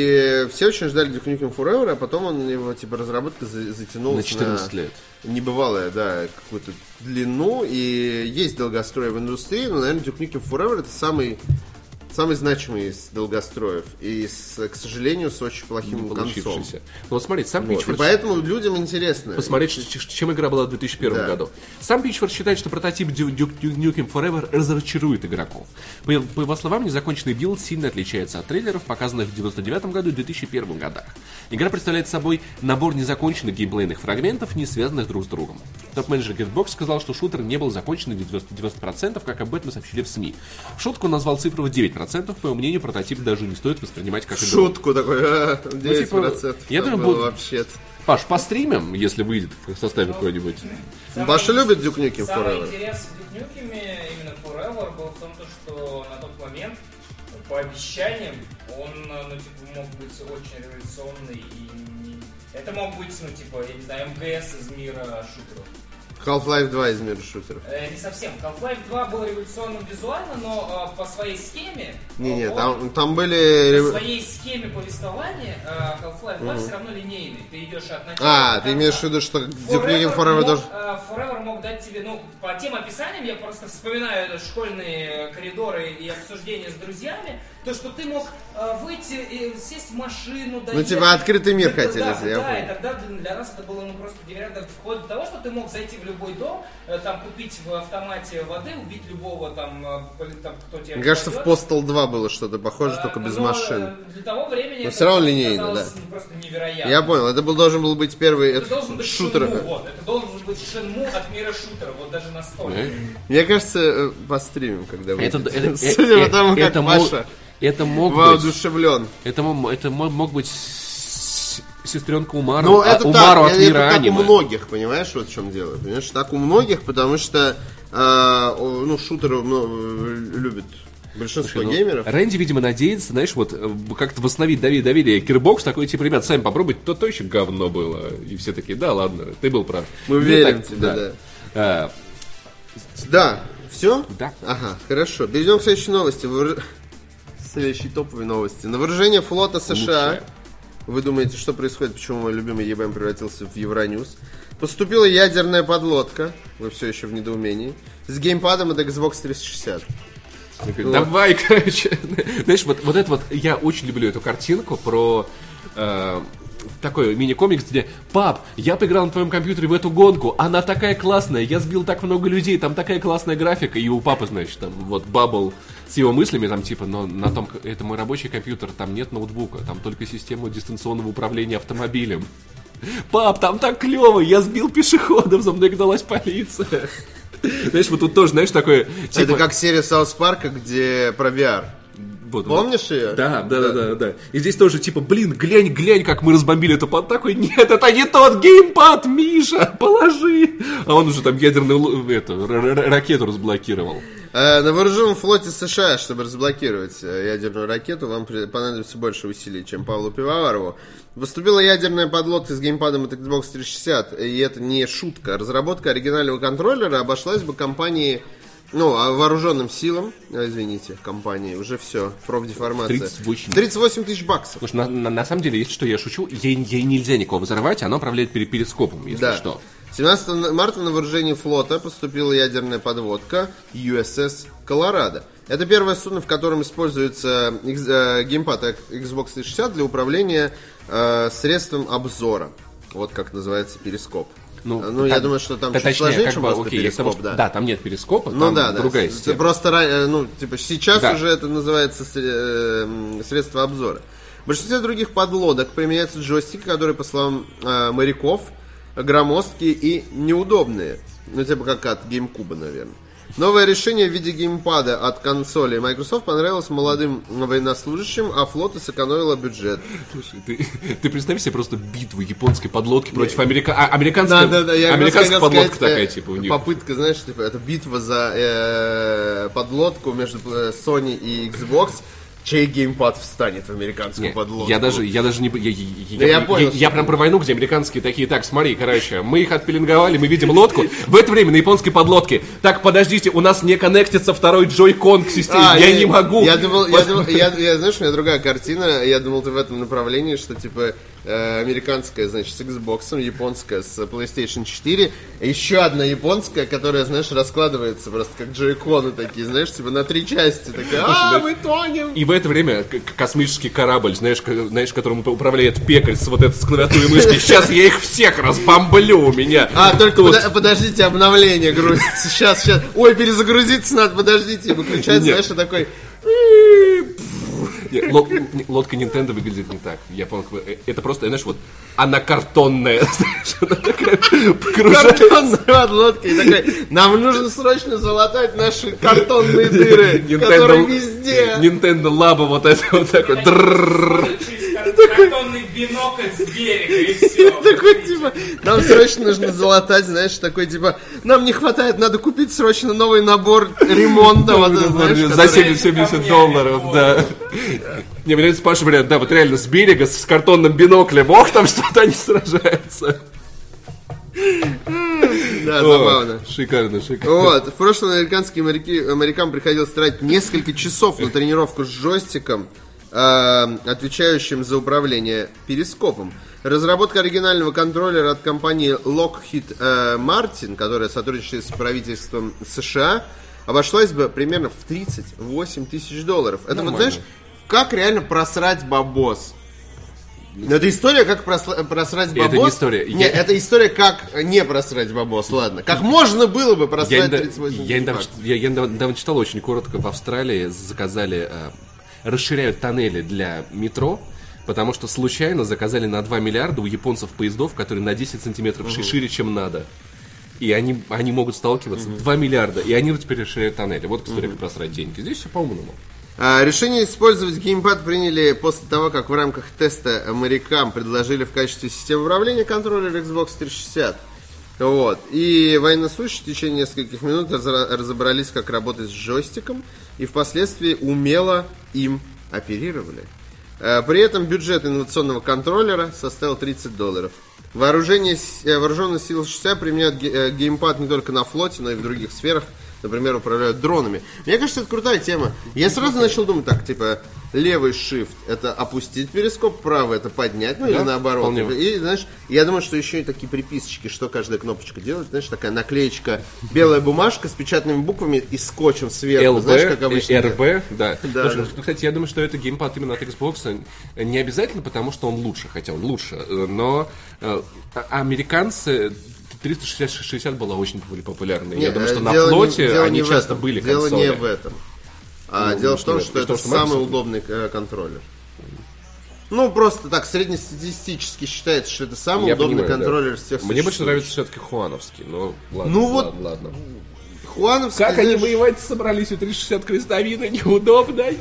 И все очень ждали Duke Nukem Forever, а потом он его, типа, разработка за- затянулась На четырнадцать лет. небывалая, да, какую-то длину. И есть долгострой в индустрии, но, наверное, Duke Nukem Forever это самый, самый значимый из долгостроев. И, с, к сожалению, с очень плохим концом. Получившийся. Ну вот смотрите, сам Вот. И Питчфорд... поэтому людям интересно. Посмотреть, ш- ш- чем игра была в две тысячи первом Да. году. Сам Питчфорд считает, что прототип Duke Duke Nukem Forever разочарует игроков. По, по его словам, незаконченный билд сильно отличается от трейлеров, показанных в девяносто девятом году и две тысячи первом годах. Игра представляет собой набор незаконченных геймплейных фрагментов, не связанных друг с другом. Топ-менеджер Gearbox сказал, что шутер не был закончен на девяносто процентов, как об этом сообщили в СМИ. В шутку он назвал цифру в девять процентов, по его мнению, прототип даже не стоит воспринимать как игру. Шутку такой, а, девять процентов. я там думаю, было буду- вообще-то. Паш, постримим, если выйдет в составе какой-нибудь. Паша любит Duke Nukem Самый Forever? интерес в Duke Nukem, именно Forever, был в том, то, что на тот момент, по обещаниям, он, ну, типа, мог быть очень революционный и не... Это мог быть, ну, типа, я не знаю, эм гэ эс из мира шутеров. Half-Life два из мира шутеров. Э, не совсем. Half-Life два был революционным визуально, но э, по своей схеме... Не-не, он- там, там были... По своей схеме повествования э, Half-Life два все равно линейный. Ты идешь от начала А, до ты конца. имеешь в виду, что Duke Nukem Forever мог, должен... э, Forever мог дать тебе, ну, по тем описаниям, я просто вспоминаю это, школьные коридоры и обсуждения с друзьями, то, что ты мог э, выйти и сесть в машину, Ну, типа, открытый мир Да, хотели, да, если я да, понял. и тогда для, для нас это было, ну, просто невероятно, вплоть до того, что ты мог зайти в любой дом, э, там, купить в автомате воды, убить любого, там, э, поли- там кто тебе... Мне кажется, в попадет. Postal два было что-то похоже, Э, только без но, машин. э, Для того времени Но это всё равно линейно, казалось, да. ну, просто невероятно. Я понял, это был, должен был быть первый Это это, должен быть шутер. Shenmue, вот. Это должен быть Shenmue от мира шутера, вот даже настолько. Мне кажется, э, постримим, когда Это, выйдет. это, Судя э, по тому, как это мог- Маша это мог быть, воодушевлен. это, мог- это мог, мог быть сестренка Умару, Ну, а, это Умару так, от это мира так аниме. у многих, понимаешь, вот в чем дело. Понимаешь, так у многих, потому что э, ну, шутеры ну, любят большинство Ну, геймеров. Рэнди, видимо, надеется, знаешь, вот э, как-то восстановить доверие, доверие Gearbox, такой, типа, ребят, сами попробуйте, то, то еще говно было. И все такие, да, ладно, ты был прав. Мы Ну, верим так, тебе, да. А, Да, все? Да. Ага, хорошо. Перейдем к следующей новости. Вооруж... Следующие топовые новости. На вооружение флота США. Лучшая. Вы думаете, что происходит, почему мой любимый и бэ эм превратился в Евроньюз? Поступила ядерная подлодка. Вы все еще в недоумении. С геймпадом от Xbox триста шестьдесят. Вот. Давай, короче. Знаешь, вот, вот это вот, я очень люблю эту картинку про э, такой мини-комикс, где: пап, я поиграл на твоем компьютере в эту гонку, она такая классная, я сбил так много людей, там такая классная графика, и у папы, значит, там вот бабл с его мыслями, там типа, но на том, это мой рабочий компьютер, там нет ноутбука, там только система дистанционного управления автомобилем. Пап, там так клево, я сбил пешеходов, за мной гналась полиция. Знаешь, вот тут тоже, знаешь, такое... Типа... Это как серия Саус Парка, где про ви ар. Вот, Помнишь вот. ее? Да, да, да, да, да. И здесь тоже типа, блин, глянь, глянь, как мы разбомбили эту под такой, нет, это не тот геймпад, Миша, положи. А он уже там ядерную эту, ракету разблокировал. Э, на вооруженном флоте США, чтобы разблокировать э, ядерную ракету, вам при- понадобится больше усилий, чем Павлу Пивоварову. Поступила ядерная подлодка с геймпадом от Xbox триста шестьдесят, и это не шутка. Разработка оригинального контроллера обошлась бы компании, ну, вооруженным силам, а, извините, компании, уже все, профдеформация. тридцать восемь. тридцать восемь тысяч баксов. Потому что на, на, на самом деле, если что, я шучу, ей, ей нельзя никого взорвать, она управляет пере- перископом, если Да. что. семнадцатого марта на вооружение флота поступила ядерная подводка ю эс эс «Колорадо». Это первое судно, в котором используется X- э, геймпад Xbox триста шестьдесят для управления э, средством обзора. Вот как называется перископ. Ну, ну я там- думаю, что там да, чуть точнее, сложнее, как чем бы, просто окей, перископ, потому что- да. да, там нет перископа, Ну там да, да. другая Это система. просто, ра- ну, типа, сейчас Да. уже это называется сре- э, средство обзора. В большинстве других подлодок применяются джойстики, которые, по словам э, моряков, громоздкие и неудобные. Ну, типа как от GameCube, наверное. Новое решение в виде геймпада от консоли Microsoft понравилось молодым военнослужащим, а флоту сэкономило бюджет. Слушай, ты, ты представь себе просто битву японской подлодки против америка... а, американской, Да, да, да, я американская хотел подлодка сказать, такая, э, типа, у них. Попытка, знаешь, типа, это битва за э, подлодку между э, Sony и Xbox. Чей геймпад встанет в американскую Не, подлодку? я даже, я даже не... Я, я, я, Да я я- понял, я- я что- прям про войну, где американские такие, так, смотри, короче, мы их отпеленговали, мы видим лодку, в это время на японской подлодке. Так, подождите, у нас не коннектится второй джойкон к системе, А, я, не могу. Я думал, я думал, я, я, знаешь, у меня другая картина. Я думал, ты в этом направлении, что типа э, американская, значит, с Xbox, японская с PlayStation четыре, еще одна японская, которая, знаешь, раскладывается просто как джойконы такие, знаешь, типа на три части. Такая, а, мы тонем. И в это время к- космический корабль, знаешь, к- знаешь, которым управляет пекарь с вот этой с клавиатурой и мышкой, сейчас я их всех разбомблю у меня. А, только Тут. подо- подождите, обновление грузится. Сейчас, сейчас. Ой, перезагрузиться надо, подождите. И выключается, Нет. знаешь, и такой... Нет, лод- не- лодка Nintendo выглядит не так. Я понял, как вы- это просто, знаешь, вот она картонная, знаешь, она такая погружается. Картонная подлодка. И такой, нам нужно срочно залатать наши картонные дыры, которые везде. Nintendo Labo вот это вот такой. дрррррр. Через кар- картонный бинокль с берега и все. Такой, типа, нам срочно нужно залатать, знаешь, такой, типа, нам не хватает, надо купить срочно новый набор ремонта. вот это, знаешь, За который- семьдесят долларов, да. Не, мне нравится Паша вариант, да, вот реально с берега, с картонным биноклем, ох, там что-то они сражаются. Да, О, забавно. Шикарно, шикарно. Вот, в прошлом американские моряки, морякам приходилось тратить несколько часов на тренировку с джойстиком, э, отвечающим за управление перископом. Разработка оригинального контроллера от компании Lockheed э, Martin, которая сотрудничает с правительством США, обошлась бы примерно в тридцать восемь тысяч долларов. Это вот, Нормально. знаешь, как реально просрать бабос. Но это история, как просла- просрать бабос. Это не история. Не, Я- это история, как не просрать бабос, ладно. Как можно было бы Я, просрать недавно- тридцать восемь я, недавно, баксов. я, я недавно читал очень коротко, в Австралии заказали, э, расширяют тоннели для метро, потому что случайно заказали на два миллиарда у японцев поездов, которые на десять сантиметров ши- шире, чем надо. И они, они могут сталкиваться. два миллиарда. И они вот теперь расширяют тоннели. Вот история, как просрать деньги. Здесь все по-умному. А, решение использовать геймпад приняли после того, как в рамках теста морякам предложили в качестве системы управления контроллер Xbox триста шестьдесят. Вот. И военнослужащие в течение нескольких минут разобрались, как работать с джойстиком, и впоследствии умело им оперировали. При этом бюджет инновационного контроллера составил тридцать долларов. Вооружение, вооруженные силы США применяют геймпад не только на флоте, но и в других сферах. Например, управляют дронами. Мне кажется, это крутая тема. Я сразу начал думать так, типа, левый shift это опустить перископ, правый это поднять, ну да, или наоборот. Вполне. И, знаешь, я думаю, что еще и такие приписочки, что каждая кнопочка делает. Знаешь, такая наклеечка, белая бумажка с печатными буквами и скотчем сверху. эл би, знаешь, как обычно. эр би, да. да, Слушай, да. Кстати, я думаю, что это геймпад именно от Xbox не обязательно, потому что он лучше, хотя он лучше, но э, американцы... триста шестьдесят была очень популярной. Не, я думаю, что на дело флоте не, они часто этом. были дело консоли. Дело не в этом. А ну, дело в том, что, что это что самый Microsoft? удобный э, контроллер. Ну, просто так, среднестатистически считается, что это самый я удобный понимаю, контроллер да. из всех Мне больше нравится все-таки хуановский, но ладно. Ну ладно, вот, ладно. Хуановский, Как знаешь, они воевать собрались, у триста шестьдесят крестовина неудобная.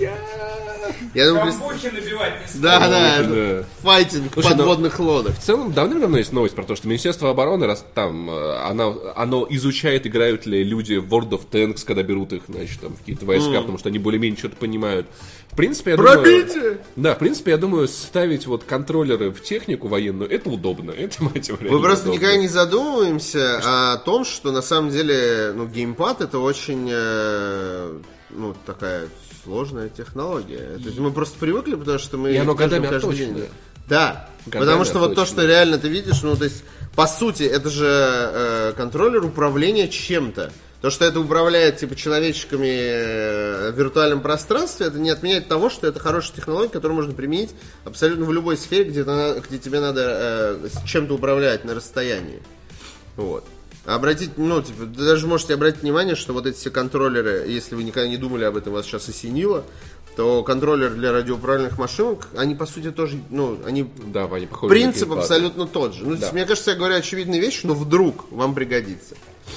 Я думаю, Бамбухи набивать не стоит. Да, да, да. это файтинг Слушай, подводных лодок. В целом, давным-давно есть новость про то, что Министерство обороны, раз там, э, оно, оно изучает, играют ли люди в World of Tanks, когда берут их, значит, там, в какие-то войска, mm. потому что они более-менее что-то понимают. В принципе, я Пробитие! думаю... Да, в принципе, я думаю, ставить вот контроллеры в технику военную, это удобно. Это, мать его, Мы просто удобно. никогда не задумываемся о том, что на самом деле, ну, геймпад это очень, э, ну, такая сложная технология. То есть мы просто привыкли, потому что мы... И оно годами каждый отточено. день. Да, Годами потому что вот то, отточено. что реально ты видишь, ну, то есть, по сути, это же э, контроллер управления чем-то. То, что это управляет, типа, человечками э, в виртуальном пространстве, это не отменяет того, что это хорошая технология, которую можно применить абсолютно в любой сфере, где, где тебе надо э, чем-то управлять на расстоянии. Вот. Обратить, ну, типа, даже можете обратить внимание, что вот эти все контроллеры, если вы никогда не думали об этом, вас сейчас осенило, то контроллер для радиоуправленных машинок, они, по сути, тоже, ну, они... Да, они похожи. Принцип абсолютно тот же. Ну, да. Мне кажется, я говорю очевидные вещи, но вдруг вам пригодится.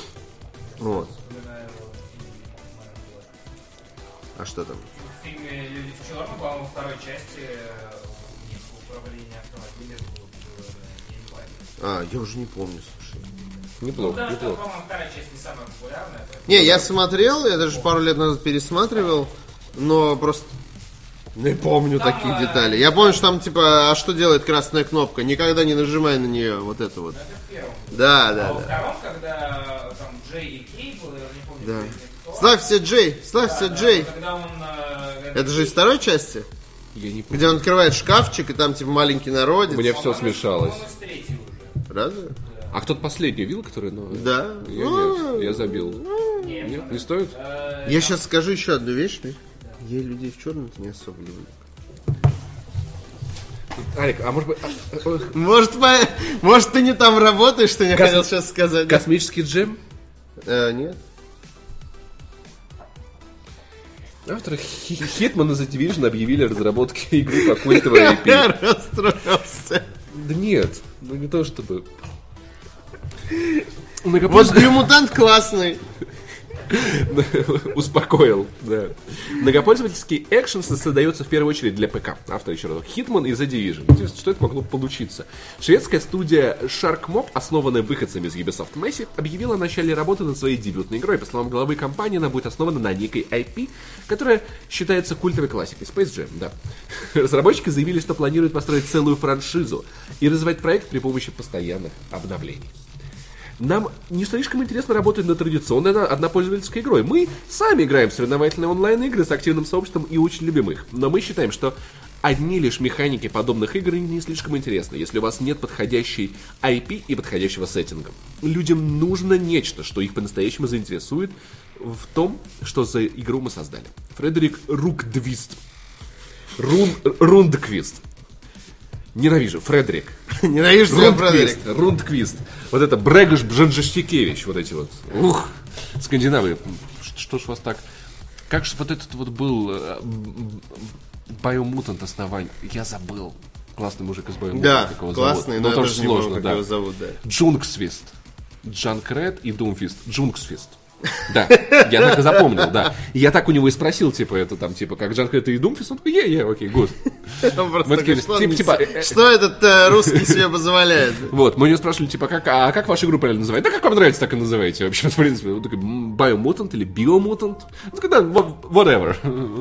Вот. А что там? В фильме «Люди в черном», по-моему, во второй части у них управление автомобилем было в геймпаде. А, я уже не помню, слушай. Неплохо, Ну, потому что, неплохо. по-моему, вторая часть не самая популярная. поэтому- Не, я смотрел, я даже пару лет назад пересматривал, но просто не помню Там, такие а, детали. Я помню, что там типа, а что делает красная кнопка? Никогда не нажимай на нее, вот это вот. Это в первом. Да, А да, во да. втором, когда там Джей и Кей было, я не помню, Да. кто из них кто. Славься, Джей, славься, Да, да, Джей. когда он, э, Это же из второй части? Я не помню. Где он открывает шкафчик, и там типа маленький народец. У меня все по-моему, смешалось. по-моему, с третьей уже. Разве? А кто-то последний видел, который новый? Да. Я Ну, нет, я забил. Нет. Нет, не стоит? Э, Я сейчас скажу еще одну вещь. Миш. Я людей в черном не особо люблю. Алик, а может быть... а, а, Может, по... Может ты не там работаешь, что я Кос- хотел сейчас сказать? Космический джем? Э, нет. Авторы Hitman и The Division объявили разработки игры по культовой ай пи. Я расстроился. Да нет, ну не то чтобы... Вот Биомутант классный. Успокоил, да. Многопользовательский экшен создается в первую очередь для ПК. Автор еще раз. Hitman и The Division. Интересно, что это могло получиться? Шведская студия SharkMob, основанная выходцами из Ubisoft Massive, объявила о начале работы над своей дебютной игрой. По словам главы компании, она будет основана на некой ай пи, которая считается культовой классикой. Space Jam, да. Разработчики заявили, что планируют построить целую франшизу и развивать проект при помощи постоянных обновлений. Нам не слишком интересно работать над традиционной однопользовательской игрой. Мы сами играем в соревновательные онлайн-игры с активным сообществом и очень любим их. Но мы считаем, что одни лишь механики подобных игр не слишком интересны, если у вас нет подходящей ай пи и подходящего сеттинга. Людям нужно нечто, что их по-настоящему заинтересует в том, что за игру мы создали. Фредерик Рукдвист. Рун... Рундквист. Ненавижу. Фредерик. Ненавижу тебя, Фредерик. Рундквист. Рундквист. Вот это Брегош Бжанжештикевич. Вот эти вот. Ух. Скандинавы. Что ж вас так... Как же вот этот вот был Биомутант основание. Я забыл. Классный мужик из Биомутанта. Да, как его классный, зовут. но Но я тоже тоже не помню, сложно, как да. его зовут, да. Джунксвист. Джанкред и Думфист. Джунксвист. Да, я так и запомнил, да. И я так у него и спросил, типа, это там, типа, как Джанка, это и Думфис? Он такой, е-е, окей, гуд. Что этот русский себе позволяет? Вот, мы у него спрашивали, типа, а как вашу игру правильно называть? Да как вам нравится, так и называете. Вообще, в принципе, он такой, Biomutant или Biomutant? Он такой, да, whatever.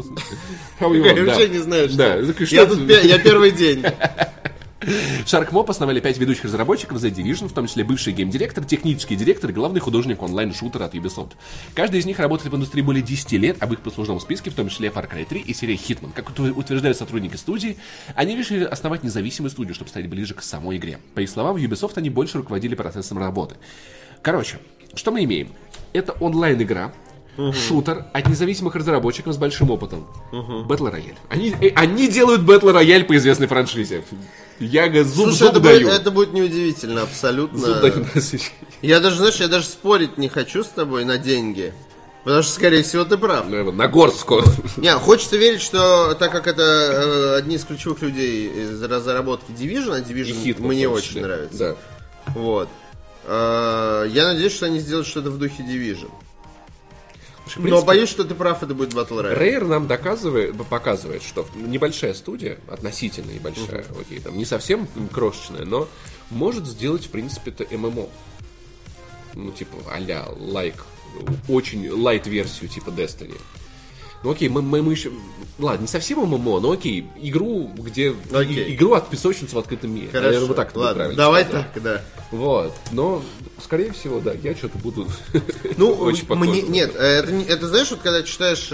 Я вообще не знаю, что. Я первый день. SharkMob основали пять ведущих разработчиков The Division, в том числе бывший гейм-директор, технический директор и главный художник онлайн-шутера от Ubisoft. Каждый из них работает в индустрии более десяти лет, а в их послужном списке в том числе Far Cry три и серия Hitman. Как утверждают сотрудники студии, они решили основать независимую студию, чтобы стать ближе к самой игре. По их словам, в Ubisoft они больше руководили процессом работы. Короче, что мы имеем? Это онлайн-игра, Uh-huh. шутер от независимых разработчиков с большим опытом. Uh-huh. Battle Royale. Они, э, они делают Battle Royale по известной франшизе. Я зуб, Слушай, зуб это даю. Будет, это будет неудивительно, абсолютно. Зуб даю. Я даже, знаешь, я даже спорить не хочу с тобой на деньги. Потому что, скорее всего, ты прав. На горстку. Не, хочется верить, что так как это э, одни из ключевых людей из разработки Division, а Division Hitman, мне очень нравится. Да. Вот. Э, я надеюсь, что они сделают что-то в духе Division. Принципе, но боюсь, что ты прав, это будет Battle Royale. Rare нам доказывает, показывает, что небольшая студия, относительно небольшая, uh-huh. окей, там не совсем крошечная, но может сделать, в принципе-то, эм эм о. Ну, типа, а-ля, лайк, очень лайт-версию, типа Destiny. Ну, окей, мы, мы, мы еще... Ладно, не совсем эм эм о, но окей, игру, где... Okay. Игру от песочницы в открытом мире. Хорошо, наверное, вот так ладно, давай сказать. Так, да. Вот, но, скорее всего, да, я что-то буду ну, очень похож. Мне, нет, это, это знаешь, вот когда читаешь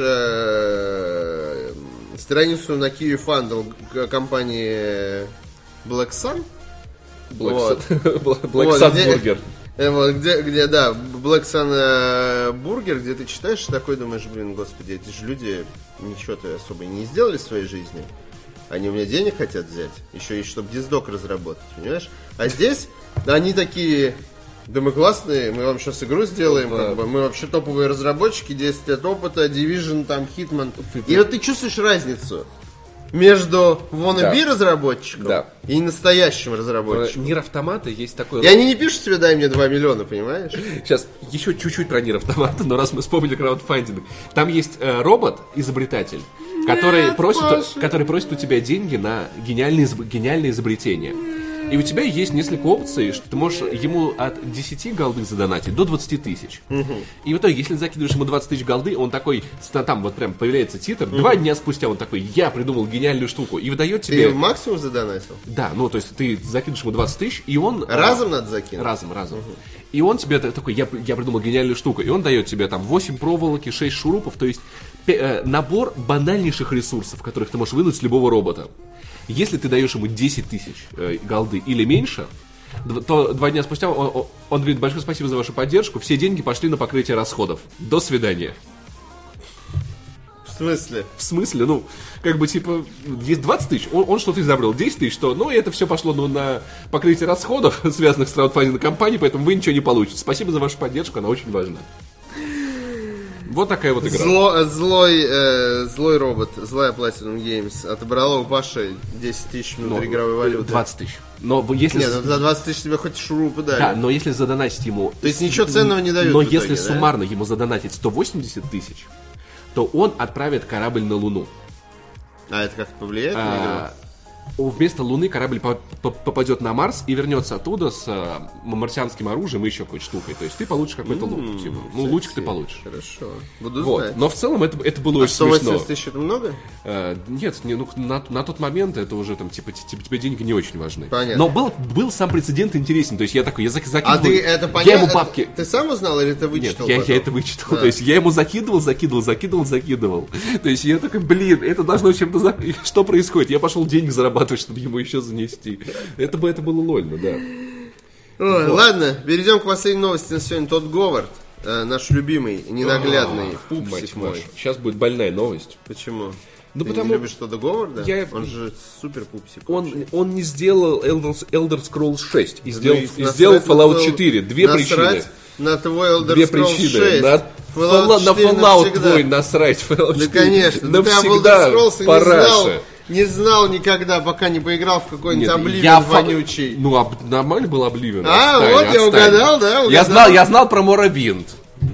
э, страницу на Kiwi Fundle компании Black Sun, Black вот. Sun, Black Sun Burger. Вот, где, где, да, Black Sun э, Burger, где ты читаешь и такой думаешь, блин, господи, эти же люди ничего-то особо не сделали в своей жизни. Они у меня денег хотят взять, еще и чтобы диздок разработать, понимаешь? А здесь они такие, да мы классные, мы вам сейчас игру сделаем, как бы, мы вообще топовые разработчики, десять лет опыта, Division, там, Hitman. И вот ты чувствуешь разницу между wannabe да. разработчиком да. и настоящим разработчиком. Нир Автомата есть такой... И они не пишут себе, дай мне два миллиона, понимаешь? Сейчас еще чуть-чуть про Нир Автомата, но раз мы вспомнили краудфандинг. Там есть э, робот-изобретатель, который, Нет, просит, который просит у тебя деньги на гениальное, гениальное изобретение. И у тебя есть несколько опций, что ты можешь ему от десяти голды задонатить до двадцати тысяч. Угу. И в итоге, если ты закидываешь ему двадцать тысяч голды, он такой, там вот прям появляется титр, угу. два дня спустя он такой, я придумал гениальную штуку, и выдает тебе... Ты максимум задонатил? Да, ну то есть ты закидываешь ему двадцать тысяч, и он... Разом а, надо закинуть? Разом, разом. Угу. И он тебе такой, я, я придумал гениальную штуку, и он дает тебе там восемь проволоки, шесть шурупов, то есть э, набор банальнейших ресурсов, которых ты можешь вынуть с любого робота. Если ты даешь ему десять тысяч э, голды или меньше, то два дня спустя он, он, он говорит, большое спасибо за вашу поддержку, все деньги пошли на покрытие расходов. До свидания. В смысле? В смысле? Ну, как бы, типа, есть двадцать тысяч, он, он что-то изобрел, десять тысяч, то, ну, и это все пошло ну, на покрытие расходов, связанных с краудфандингом компании, поэтому вы ничего не получите. Спасибо за вашу поддержку, она очень важна. Вот такая вот игра. Зло, злой, э, злой робот, злая Platinum Games отобрала у Паши десять тысяч минут игровой валюты. двадцать тысяч. Но если... Нет, ну за двадцать тысяч тебе хоть шурупы дали. Да, но если задонатить ему... То есть ничего ценного не дают. Но в итоге, если да? суммарно ему задонатить сто восемьдесят тысяч, то он отправит корабль на Луну. А это как-то повлияет на игру? Вместо Луны корабль попадет на Марс и вернется оттуда с э, марсианским оружием и еще какой-то штукой. То есть ты получишь какой-то лук. Mm, типа. Ну, лучик ты получишь. Хорошо. Буду вот. знать. Но в целом это, это было а очень сто восемьдесят смешно. Тысяч это много? Э, нет, не, ну, на, на тот момент это уже там, типа, типа, тебе деньги не очень важны. Понятно. Но был, был сам прецедент интересен. То есть я такой, я закидывал. А ты это понятно? Я ему бабки... Ты сам узнал или ты вычитал? Нет, я, я это вычитал. А. То есть я ему закидывал, закидывал, закидывал, закидывал. То есть я такой, блин, это должно чем-то... За... Что происходит? Я пошел денег зарабатывать, чтобы ему еще занести. Это бы это было лольно, да. Ой, вот. Ладно, перейдем к последней новости на сегодня. Тодд Говард, э, наш любимый, ненаглядный О, пупсик мой. Маша. Сейчас будет больная новость. Почему? Ну, Ты потому... не любишь Тодда Говарда? Я... Он же супер пупсик. Он, он не сделал Elder, Elder Scrolls шесть и сделал, и сделал Fallout четыре. Две причины. На твой Elder Две Scrolls причины. шесть. На Fallout, на Fallout твой насрать. Fallout да, конечно. Навсегда параша. Не знал никогда, пока не поиграл в какой-нибудь Обливион вонючий. Ну, об... нормально был Обливион. А, отстань, вот отстань. Я угадал, да? Угадал. Я знал, я знал про Моровинд. Он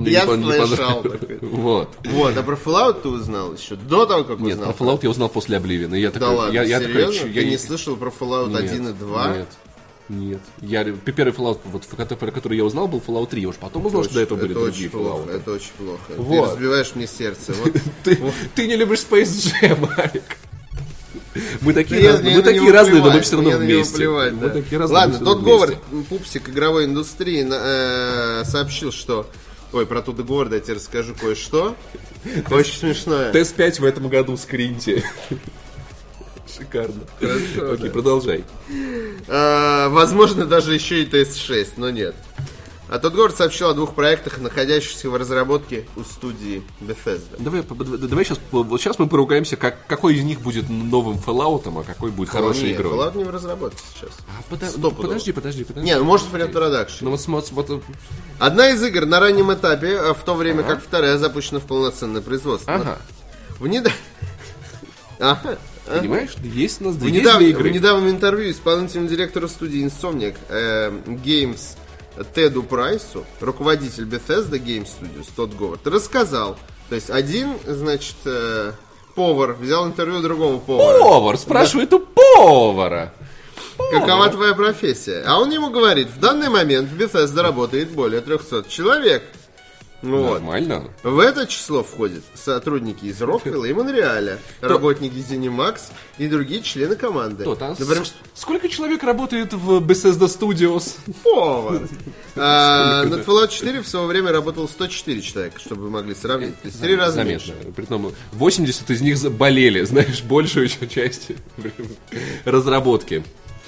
мне Я не, пон- не слышал понравилось. такое. Вот. Вот, а про Fallout ты узнал еще до того, как Нет, узнал? про Fallout я узнал после Oblivion. И я Да такой, ладно, я, я серьезно? такой, Ты я не слышал про Fallout Нет, один и два? Нет. Нет. Я, первый Fallout, вот, про который я узнал, был Fallout три. Я уж потом узнал, что до этого были это другие очень плохо, Fallout. это очень плохо. Вот. Ты разбиваешь мне сердце. Вот. Ты, ты не любишь Space Jam, Алик. Мы такие, Мне- раз- мне мы на такие него разные, но мы плевать, все равно мне на него вместе. плевать, Мы да. такие разные, Ладно, но тот всё равно Говард, вместе. пупсик игровой индустрии, на- э, сообщил, что... Ой, про Тодда Говарда я тебе расскажу кое-что. Очень смешное. Т С пять в этом году скриньте. Шикарно. Хорошо, Окей, да. продолжай. Э, Возможно, даже еще и Т С шесть, но нет. А тот Говард сообщил о двух проектах, находящихся в разработке у студии Bethesda. Давай, по- давай сейчас, вот сейчас мы поругаемся, как, какой из них будет новым Fallout'ом, а какой будет хорошей Нет, игрой. Fallout не в разработке сейчас. А, пода- Стопудово. подожди, подожди, подожди. Не, ну может придет продакшн. Ну вот смотри, вот, Одна из игр на раннем этапе, а в то время как вторая запущена в полноценное производство. ага, В недо- Ага. понимаешь, есть у нас В, две недав- две в игры. недавнем интервью исполнительному директору студии Insomniac э, Games Теду Прайсу, руководитель Bethesda Game Studios, Тодд Говард, рассказал, то есть один, значит, э, повар взял интервью другому повару. Повар, спрашивает у повара. Какова твоя профессия? А он ему говорит, в данный момент в Bethesda работает более трехсот человек. Вот. Нормально. В это число входят сотрудники из Роквилла и Монреаля, работники ZeniMax и другие члены команды. Кто там? Например, С- Сколько человек работает в Bethesda Studios? повар. А, над Fallout четыре в свое время работало сто четыре человека, чтобы вы могли сравнить. То есть три раза Заметно. меньше. Притом восемьдесят из них болели, знаешь, большую еще часть разработки.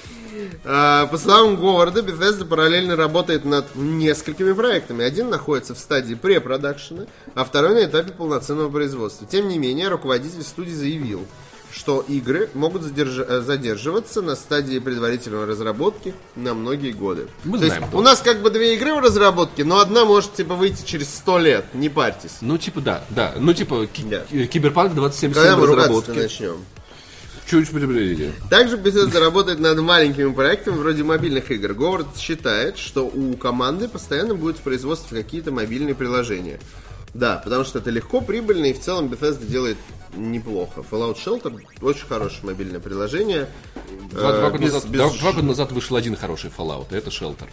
А, по словам Говарда, Bethesda параллельно работает над несколькими проектами. Один находится в стадии препродакшена, а второй на этапе полноценного производства. Тем не менее, руководитель студии заявил, что игры могут задержа- э, задерживаться на стадии предварительной разработки на многие годы. Мы То знаем, есть кто. у нас как бы две игры в разработке, но одна может типа выйти через сто лет, не парьтесь. Ну, типа, да, да. Ну, типа, ки- Да. э, Киберпанк двадцать семьдесят Когда семь в мы ругаться разработке. начнем? Чуть предупредили. Также Bethesda работает над маленькими проектами вроде мобильных игр. Говард считает, что у команды постоянно будут в производстве какие-то мобильные приложения. Да, потому что это легко, прибыльно, и в целом Bethesda делает неплохо. Fallout Shelter очень хорошее мобильное приложение. Два, Э, два года без- назад, без два- ш- два года назад вышел один хороший Fallout, и это Shelter.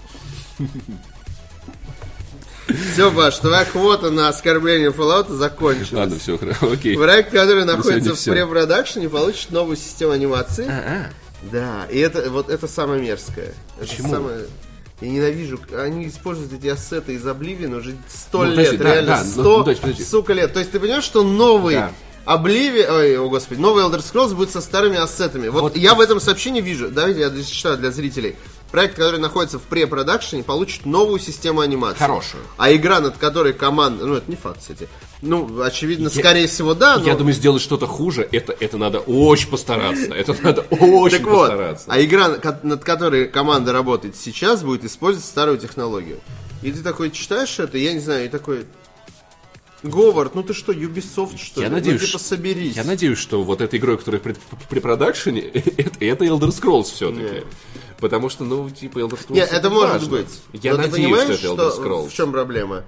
Все, Баш, твоя квота на оскорбление Fallout закончилась. Ладно, все, хорошо, окей. Проект, который находится сегодня в всё. препродакшене, получит новую систему анимации. А-а. Да, и это вот это самое мерзкое. Почему? Это самое... Я ненавижу, они используют эти ассеты из Oblivion уже сто Ну, лет, подожди, да, реально да, ну, сто, ну, то есть, подожди. сука, лет. То есть ты понимаешь, что новый Да. Oblivion, ой, о господи, новый Elder Scrolls будет со старыми ассетами. Вот, Вот. я в этом сообщении вижу, давайте я зачитаю для зрителей. Проект, который находится в препродакшене, получит новую систему анимации. Хорошую. А игра, над которой команда... Ну, это не факт, кстати. Ну, очевидно, Я- скорее всего, да, но... Я думаю, сделать что-то хуже, это, это надо очень постараться. Это надо очень Так вот, постараться. а игра, ко- над которой команда работает сейчас, будет использовать старую технологию. И ты такой читаешь это, я не знаю, и такой... Говард, ну ты что, Ubisoft, что Я ли? надеюсь, ну, типа, соберись. Я надеюсь, что вот этой игрой, которая при, при продакшене, это, это Elder Scrolls все-таки. Нет. Потому что, ну, типа, Elder Scrolls... Нет, это может важно. быть. Я Но ты надеюсь, понимаешь, что это Elder что- Scrolls. в чем проблема?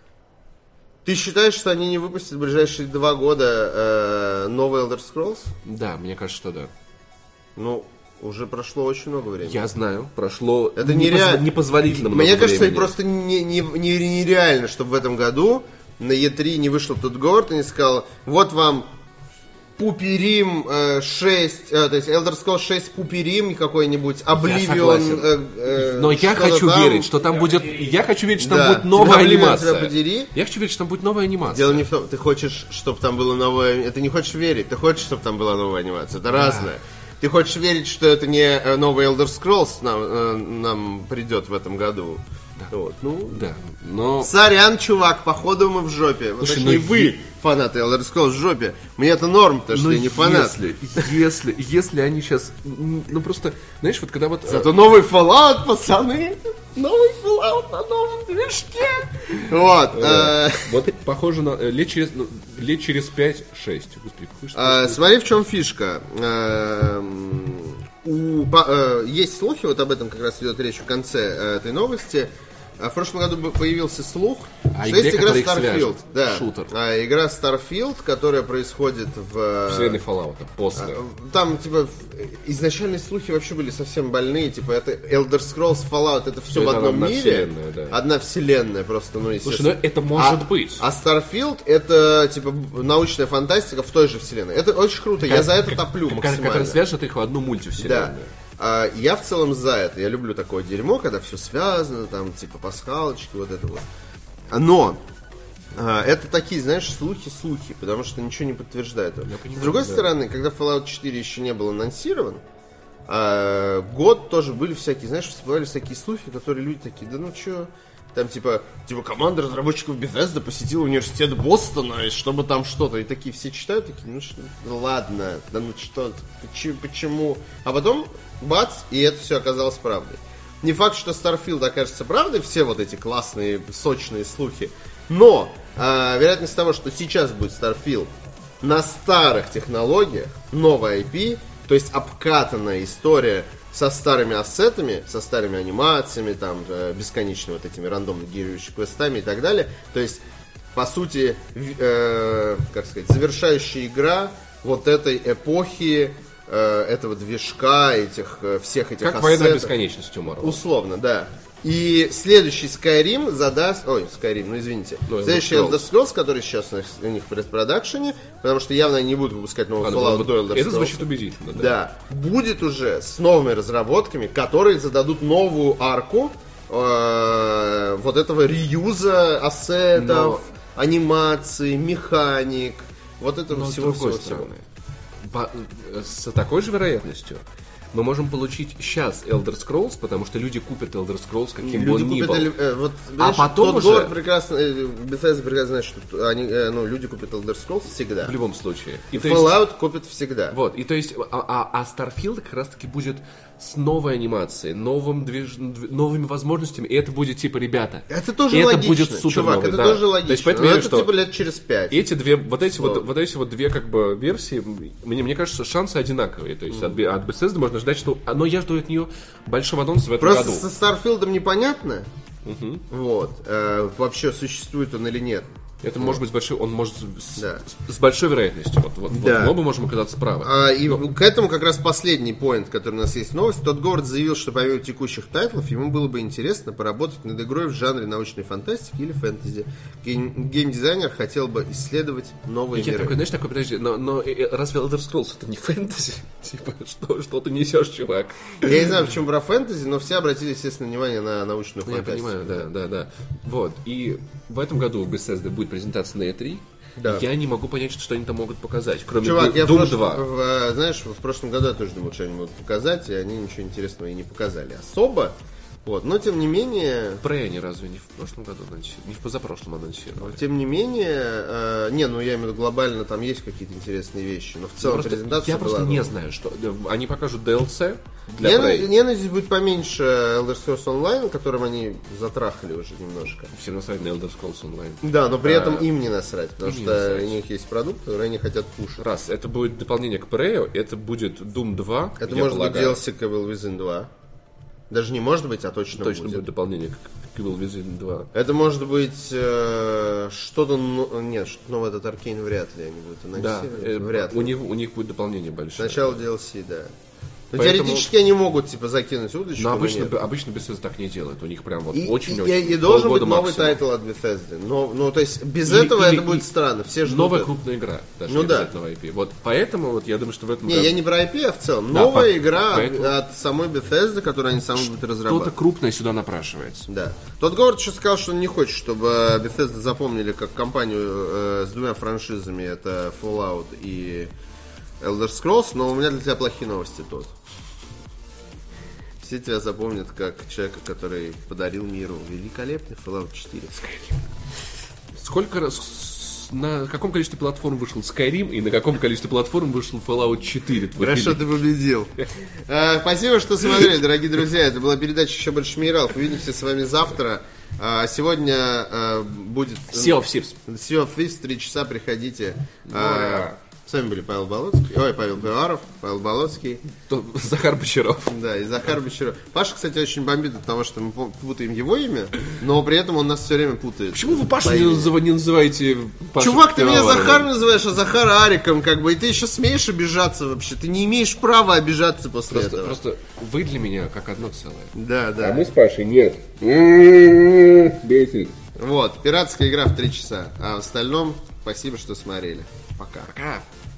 Ты считаешь, что они не выпустят в ближайшие два года э, новый Elder Scrolls? Да, мне кажется, что да. Ну, уже прошло очень много времени. Я знаю, прошло Это непоз- нереально. непозволительно много Мне кажется, времени. просто не, не, не- нереально, чтобы в этом году на и три не вышел тот Говард и не сказал, вот вам Пуперим э, шесть, э, то есть Elder Scrolls шесть Пуперим какой-нибудь, Oblivion. согласен. э, э, Но я что-то хочу там. верить, что там будет... Я хочу верить, что там Да. будет новая Oblivion анимация. тебя подери. Я хочу верить, что там будет новая анимация. Дело не в том, ты хочешь, чтобы там было новое... Ты не хочешь верить, ты хочешь, чтобы там была новая анимация. Это разное. Ты хочешь верить, что это не э, новый Elder Scrolls нам, э, нам придет в этом году. Вот, ну, Да, но... сорян, чувак, походу мы в жопе. Вот, Слушай, точнее, ну, вы, е- фанаты Elder Scrolls, в жопе. Мне это норм, потому что Ну, я не фанат. Если, если, если они сейчас... Ну, просто, знаешь, вот когда вот... э, Зато новый Fallout, пацаны. Новый Fallout на новом движке. Вот. э, Вот похоже на... э, Лет через, ну, лет через пять-шесть. Господи, какой же э, ты- Смотри, в чем фишка. Э, у, по- э, есть слухи, вот об этом как раз идет речь в конце э, этой новости. А В прошлом году бы появился слух, А что игре, есть игра которая их Starfield, свяжет. да. Шутер. А, игра Starfield, которая происходит в... Вселенной Fallout, после. Там, типа, изначальные слухи вообще были совсем больные. Типа, это Elder Scrolls, Fallout, это все Это в одном одна мире. вселенная, да. Одна вселенная просто, ну, естественно. Слушай, ну это может а, быть. А Starfield это, типа, научная фантастика в той же вселенной. Это очень круто, я за это топлю максимально. Которая свяжет их в одну мультивселенную. Да. А, я в целом за это. Я люблю такое дерьмо, когда все связано, там, типа, пасхалочки, вот это вот. Но а, это такие, знаешь, слухи-слухи, потому что ничего не подтверждает. Понимаю, С другой да. стороны, когда Fallout четыре еще не был анонсирован, а, год тоже были всякие, знаешь, всплывали всякие слухи, которые люди такие, да ну чё... Там типа, типа команда разработчиков Bethesda посетила университет Бостона, чтобы там что-то. И такие все читают, такие, ну что, ну ладно, да ну что, почему, почему? А потом, бац, и это все оказалось правдой. Не факт, что Starfield окажется правдой, все вот эти классные, сочные слухи. Но а, вероятность того, что сейчас будет Starfield на старых технологиях, новая ай пи, то есть обкатанная история со старыми ассетами, со старыми анимациями, там, бесконечными вот этими рандомными генерирующими квестами и так далее. То есть, по сути, э, как сказать, завершающая игра вот этой эпохи, э, этого движка, этих, всех этих как ассетов. «Война бесконечности» у Марвел. Условно, да. И следующий Skyrim задаст... Ой, Skyrim, ну извините. Ну, следующий Elder Elder Scrolls, который сейчас у них в предпродакшене, потому что явно они не будут выпускать новый А, ну, Fallout вот до Elder Scrolls. это звучит убедительно, да. Да. Будет уже с новыми разработками, которые зададут новую арку э, вот этого реюза ассетов, Но... анимаций, механик, вот этого Но всего, с другой всего, всего. стороны, по- с такой же вероятностью мы можем получить сейчас Elder Scrolls, потому что люди купят Elder Scrolls, каким бы Люди он ни купят, был. эле- э, вот, А знаешь, потом тот уже- город прекрасно, э, Bethesda прекрасно знает, что они, э, ну, люди купят Elder Scrolls всегда. В любом случае. И то есть- Fallout купят всегда. Вот, и то есть, а, а, а Starfield как раз-таки будет с новой анимацией, новым движ... новыми возможностями, и это будет типа, ребята, Это тоже это логично, будет супер чувак, новый, это да. тоже логично. То есть, поэтому Но я это что типа лет через пять. эти две, вот эти вот, Слово. вот эти вот две как бы версии, мне, мне кажется, шансы одинаковые. То есть от, Би- от Bethesda можно ждать, что, но я жду от нее большого анонса в этом Просто году. со Starfield'ом непонятно, вот, э, вообще существует он или нет. Это может быть большой, он может с, Да. с большой вероятностью. Вот, вот, Да. вот мы оба можем оказаться правы. А, и к этому как раз последний поинт, который у нас есть в новости. Тот Говард заявил, что помимо текущих тайтлов, ему было бы интересно поработать над игрой в жанре научной фантастики или фэнтези. Гейм- геймдизайнер хотел бы исследовать новые Я миры. такой, знаешь, такой, подожди, но, но э, э, разве Elder Scrolls это не фэнтези? Типа, что, что ты несешь, чувак? Я не знаю, в чем про фэнтези, но все обратили, естественно, внимание на научную Ну, я фантастику. понимаю, да, да, да. Вот, и в этом году у Bethesda будет презентация на и три. Да. Я не могу понять, что они там могут показать, кроме Чувак, Ду- я в Doom прошлом- два. в, э, знаешь, в прошлом году я тоже думал, что они могут показать, и они ничего интересного и не показали особо. Вот, но тем не менее, Prey они разве не в прошлом году анонсировали? Не в позапрошлом анонсировали? тем не менее, э, не, ну я имею в виду глобально, там есть какие-то интересные вещи, но в целом Просто- презентация я просто была, не ну, знаю, что... Они покажут ди эл си для Я, Prey. я надеюсь, будет поменьше Elder Scrolls Online, которым они затрахали уже немножко. Всем насрать на Elder Scrolls Online. Да, но при А, этом им не насрать, потому им не что насрать. у них есть продукт, который они хотят пушить. Раз, это будет дополнение к Prey, это будет Doom два, Это я может быть ди полагаю. эл си к Evil Within два. Даже не может быть, а точно, Точно будет. будет дополнение к Evil Within два. Это может быть э, что-то... но- Нет, что-то новое от Arkane вряд ли они будут Да, анонсировать. э, вряд ли. у них, у них будет дополнение большое. Сначала ди эл си, да. Но Поэтому- теоретически они могут типа закинуть удочку. Но обычно, нет. обычно Bethesda так не делает. У них прям вот И, очень-очень... и- и должен быть полгода новый максимум. тайтл от Bethesda. Но, ну, то есть, без Или- этого или- это будет и- странно. Все ждут Новая это. крупная игра, даже Ну не да. обязательно ай пи. Вот поэтому вот я думаю, что в этом Не, году я не про ай пи, а в целом. Да, Новая по- игра поэтому- от самой Bethesda, которую они сами будут что-то разрабатывать. крупное сюда напрашивается. Да. Тот Говард еще сказал, что он не хочет, чтобы Bethesda запомнили как компанию э, с двумя франшизами. Это Fallout и Elder Scrolls. Но у меня для тебя плохие новости, тот. Все тебя запомнят как человека, который подарил миру великолепный Fallout четыре. Сколько раз... с- На каком количестве платформ вышел Skyrim и на каком количестве платформ вышел Fallout четыре? твой Хорошо, фильм? ты победил. А, Спасибо, что смотрели, дорогие друзья. Это была передача «Еще больше минералов». Увидимся с вами завтра. А Сегодня а, будет Sea of Thieves. Sea of Thieves, три часа, приходите. А, С вами были Павел Болоцкий, ой, Павел Пивоваров, Павел Болоцкий. Захар Бочаров. Да, и Захар Бочаров. Паша, кстати, очень бомбит от того, что мы путаем его имя, но при этом он нас все время путает. Почему вы Пашу не, назыв... не называете Пашу Чувак, ты меня Пивоваровым? Захар называешь, а Захар Ариком, как бы, и ты еще смеешь обижаться вообще. Ты не имеешь права обижаться после Просто, этого. просто вы для меня как одно целое. Да, да. А мы с Пашей нет. Бесит. Вот, пиратская игра в три часа. А в остальном, спасибо, что смотрели. Пока. Пока.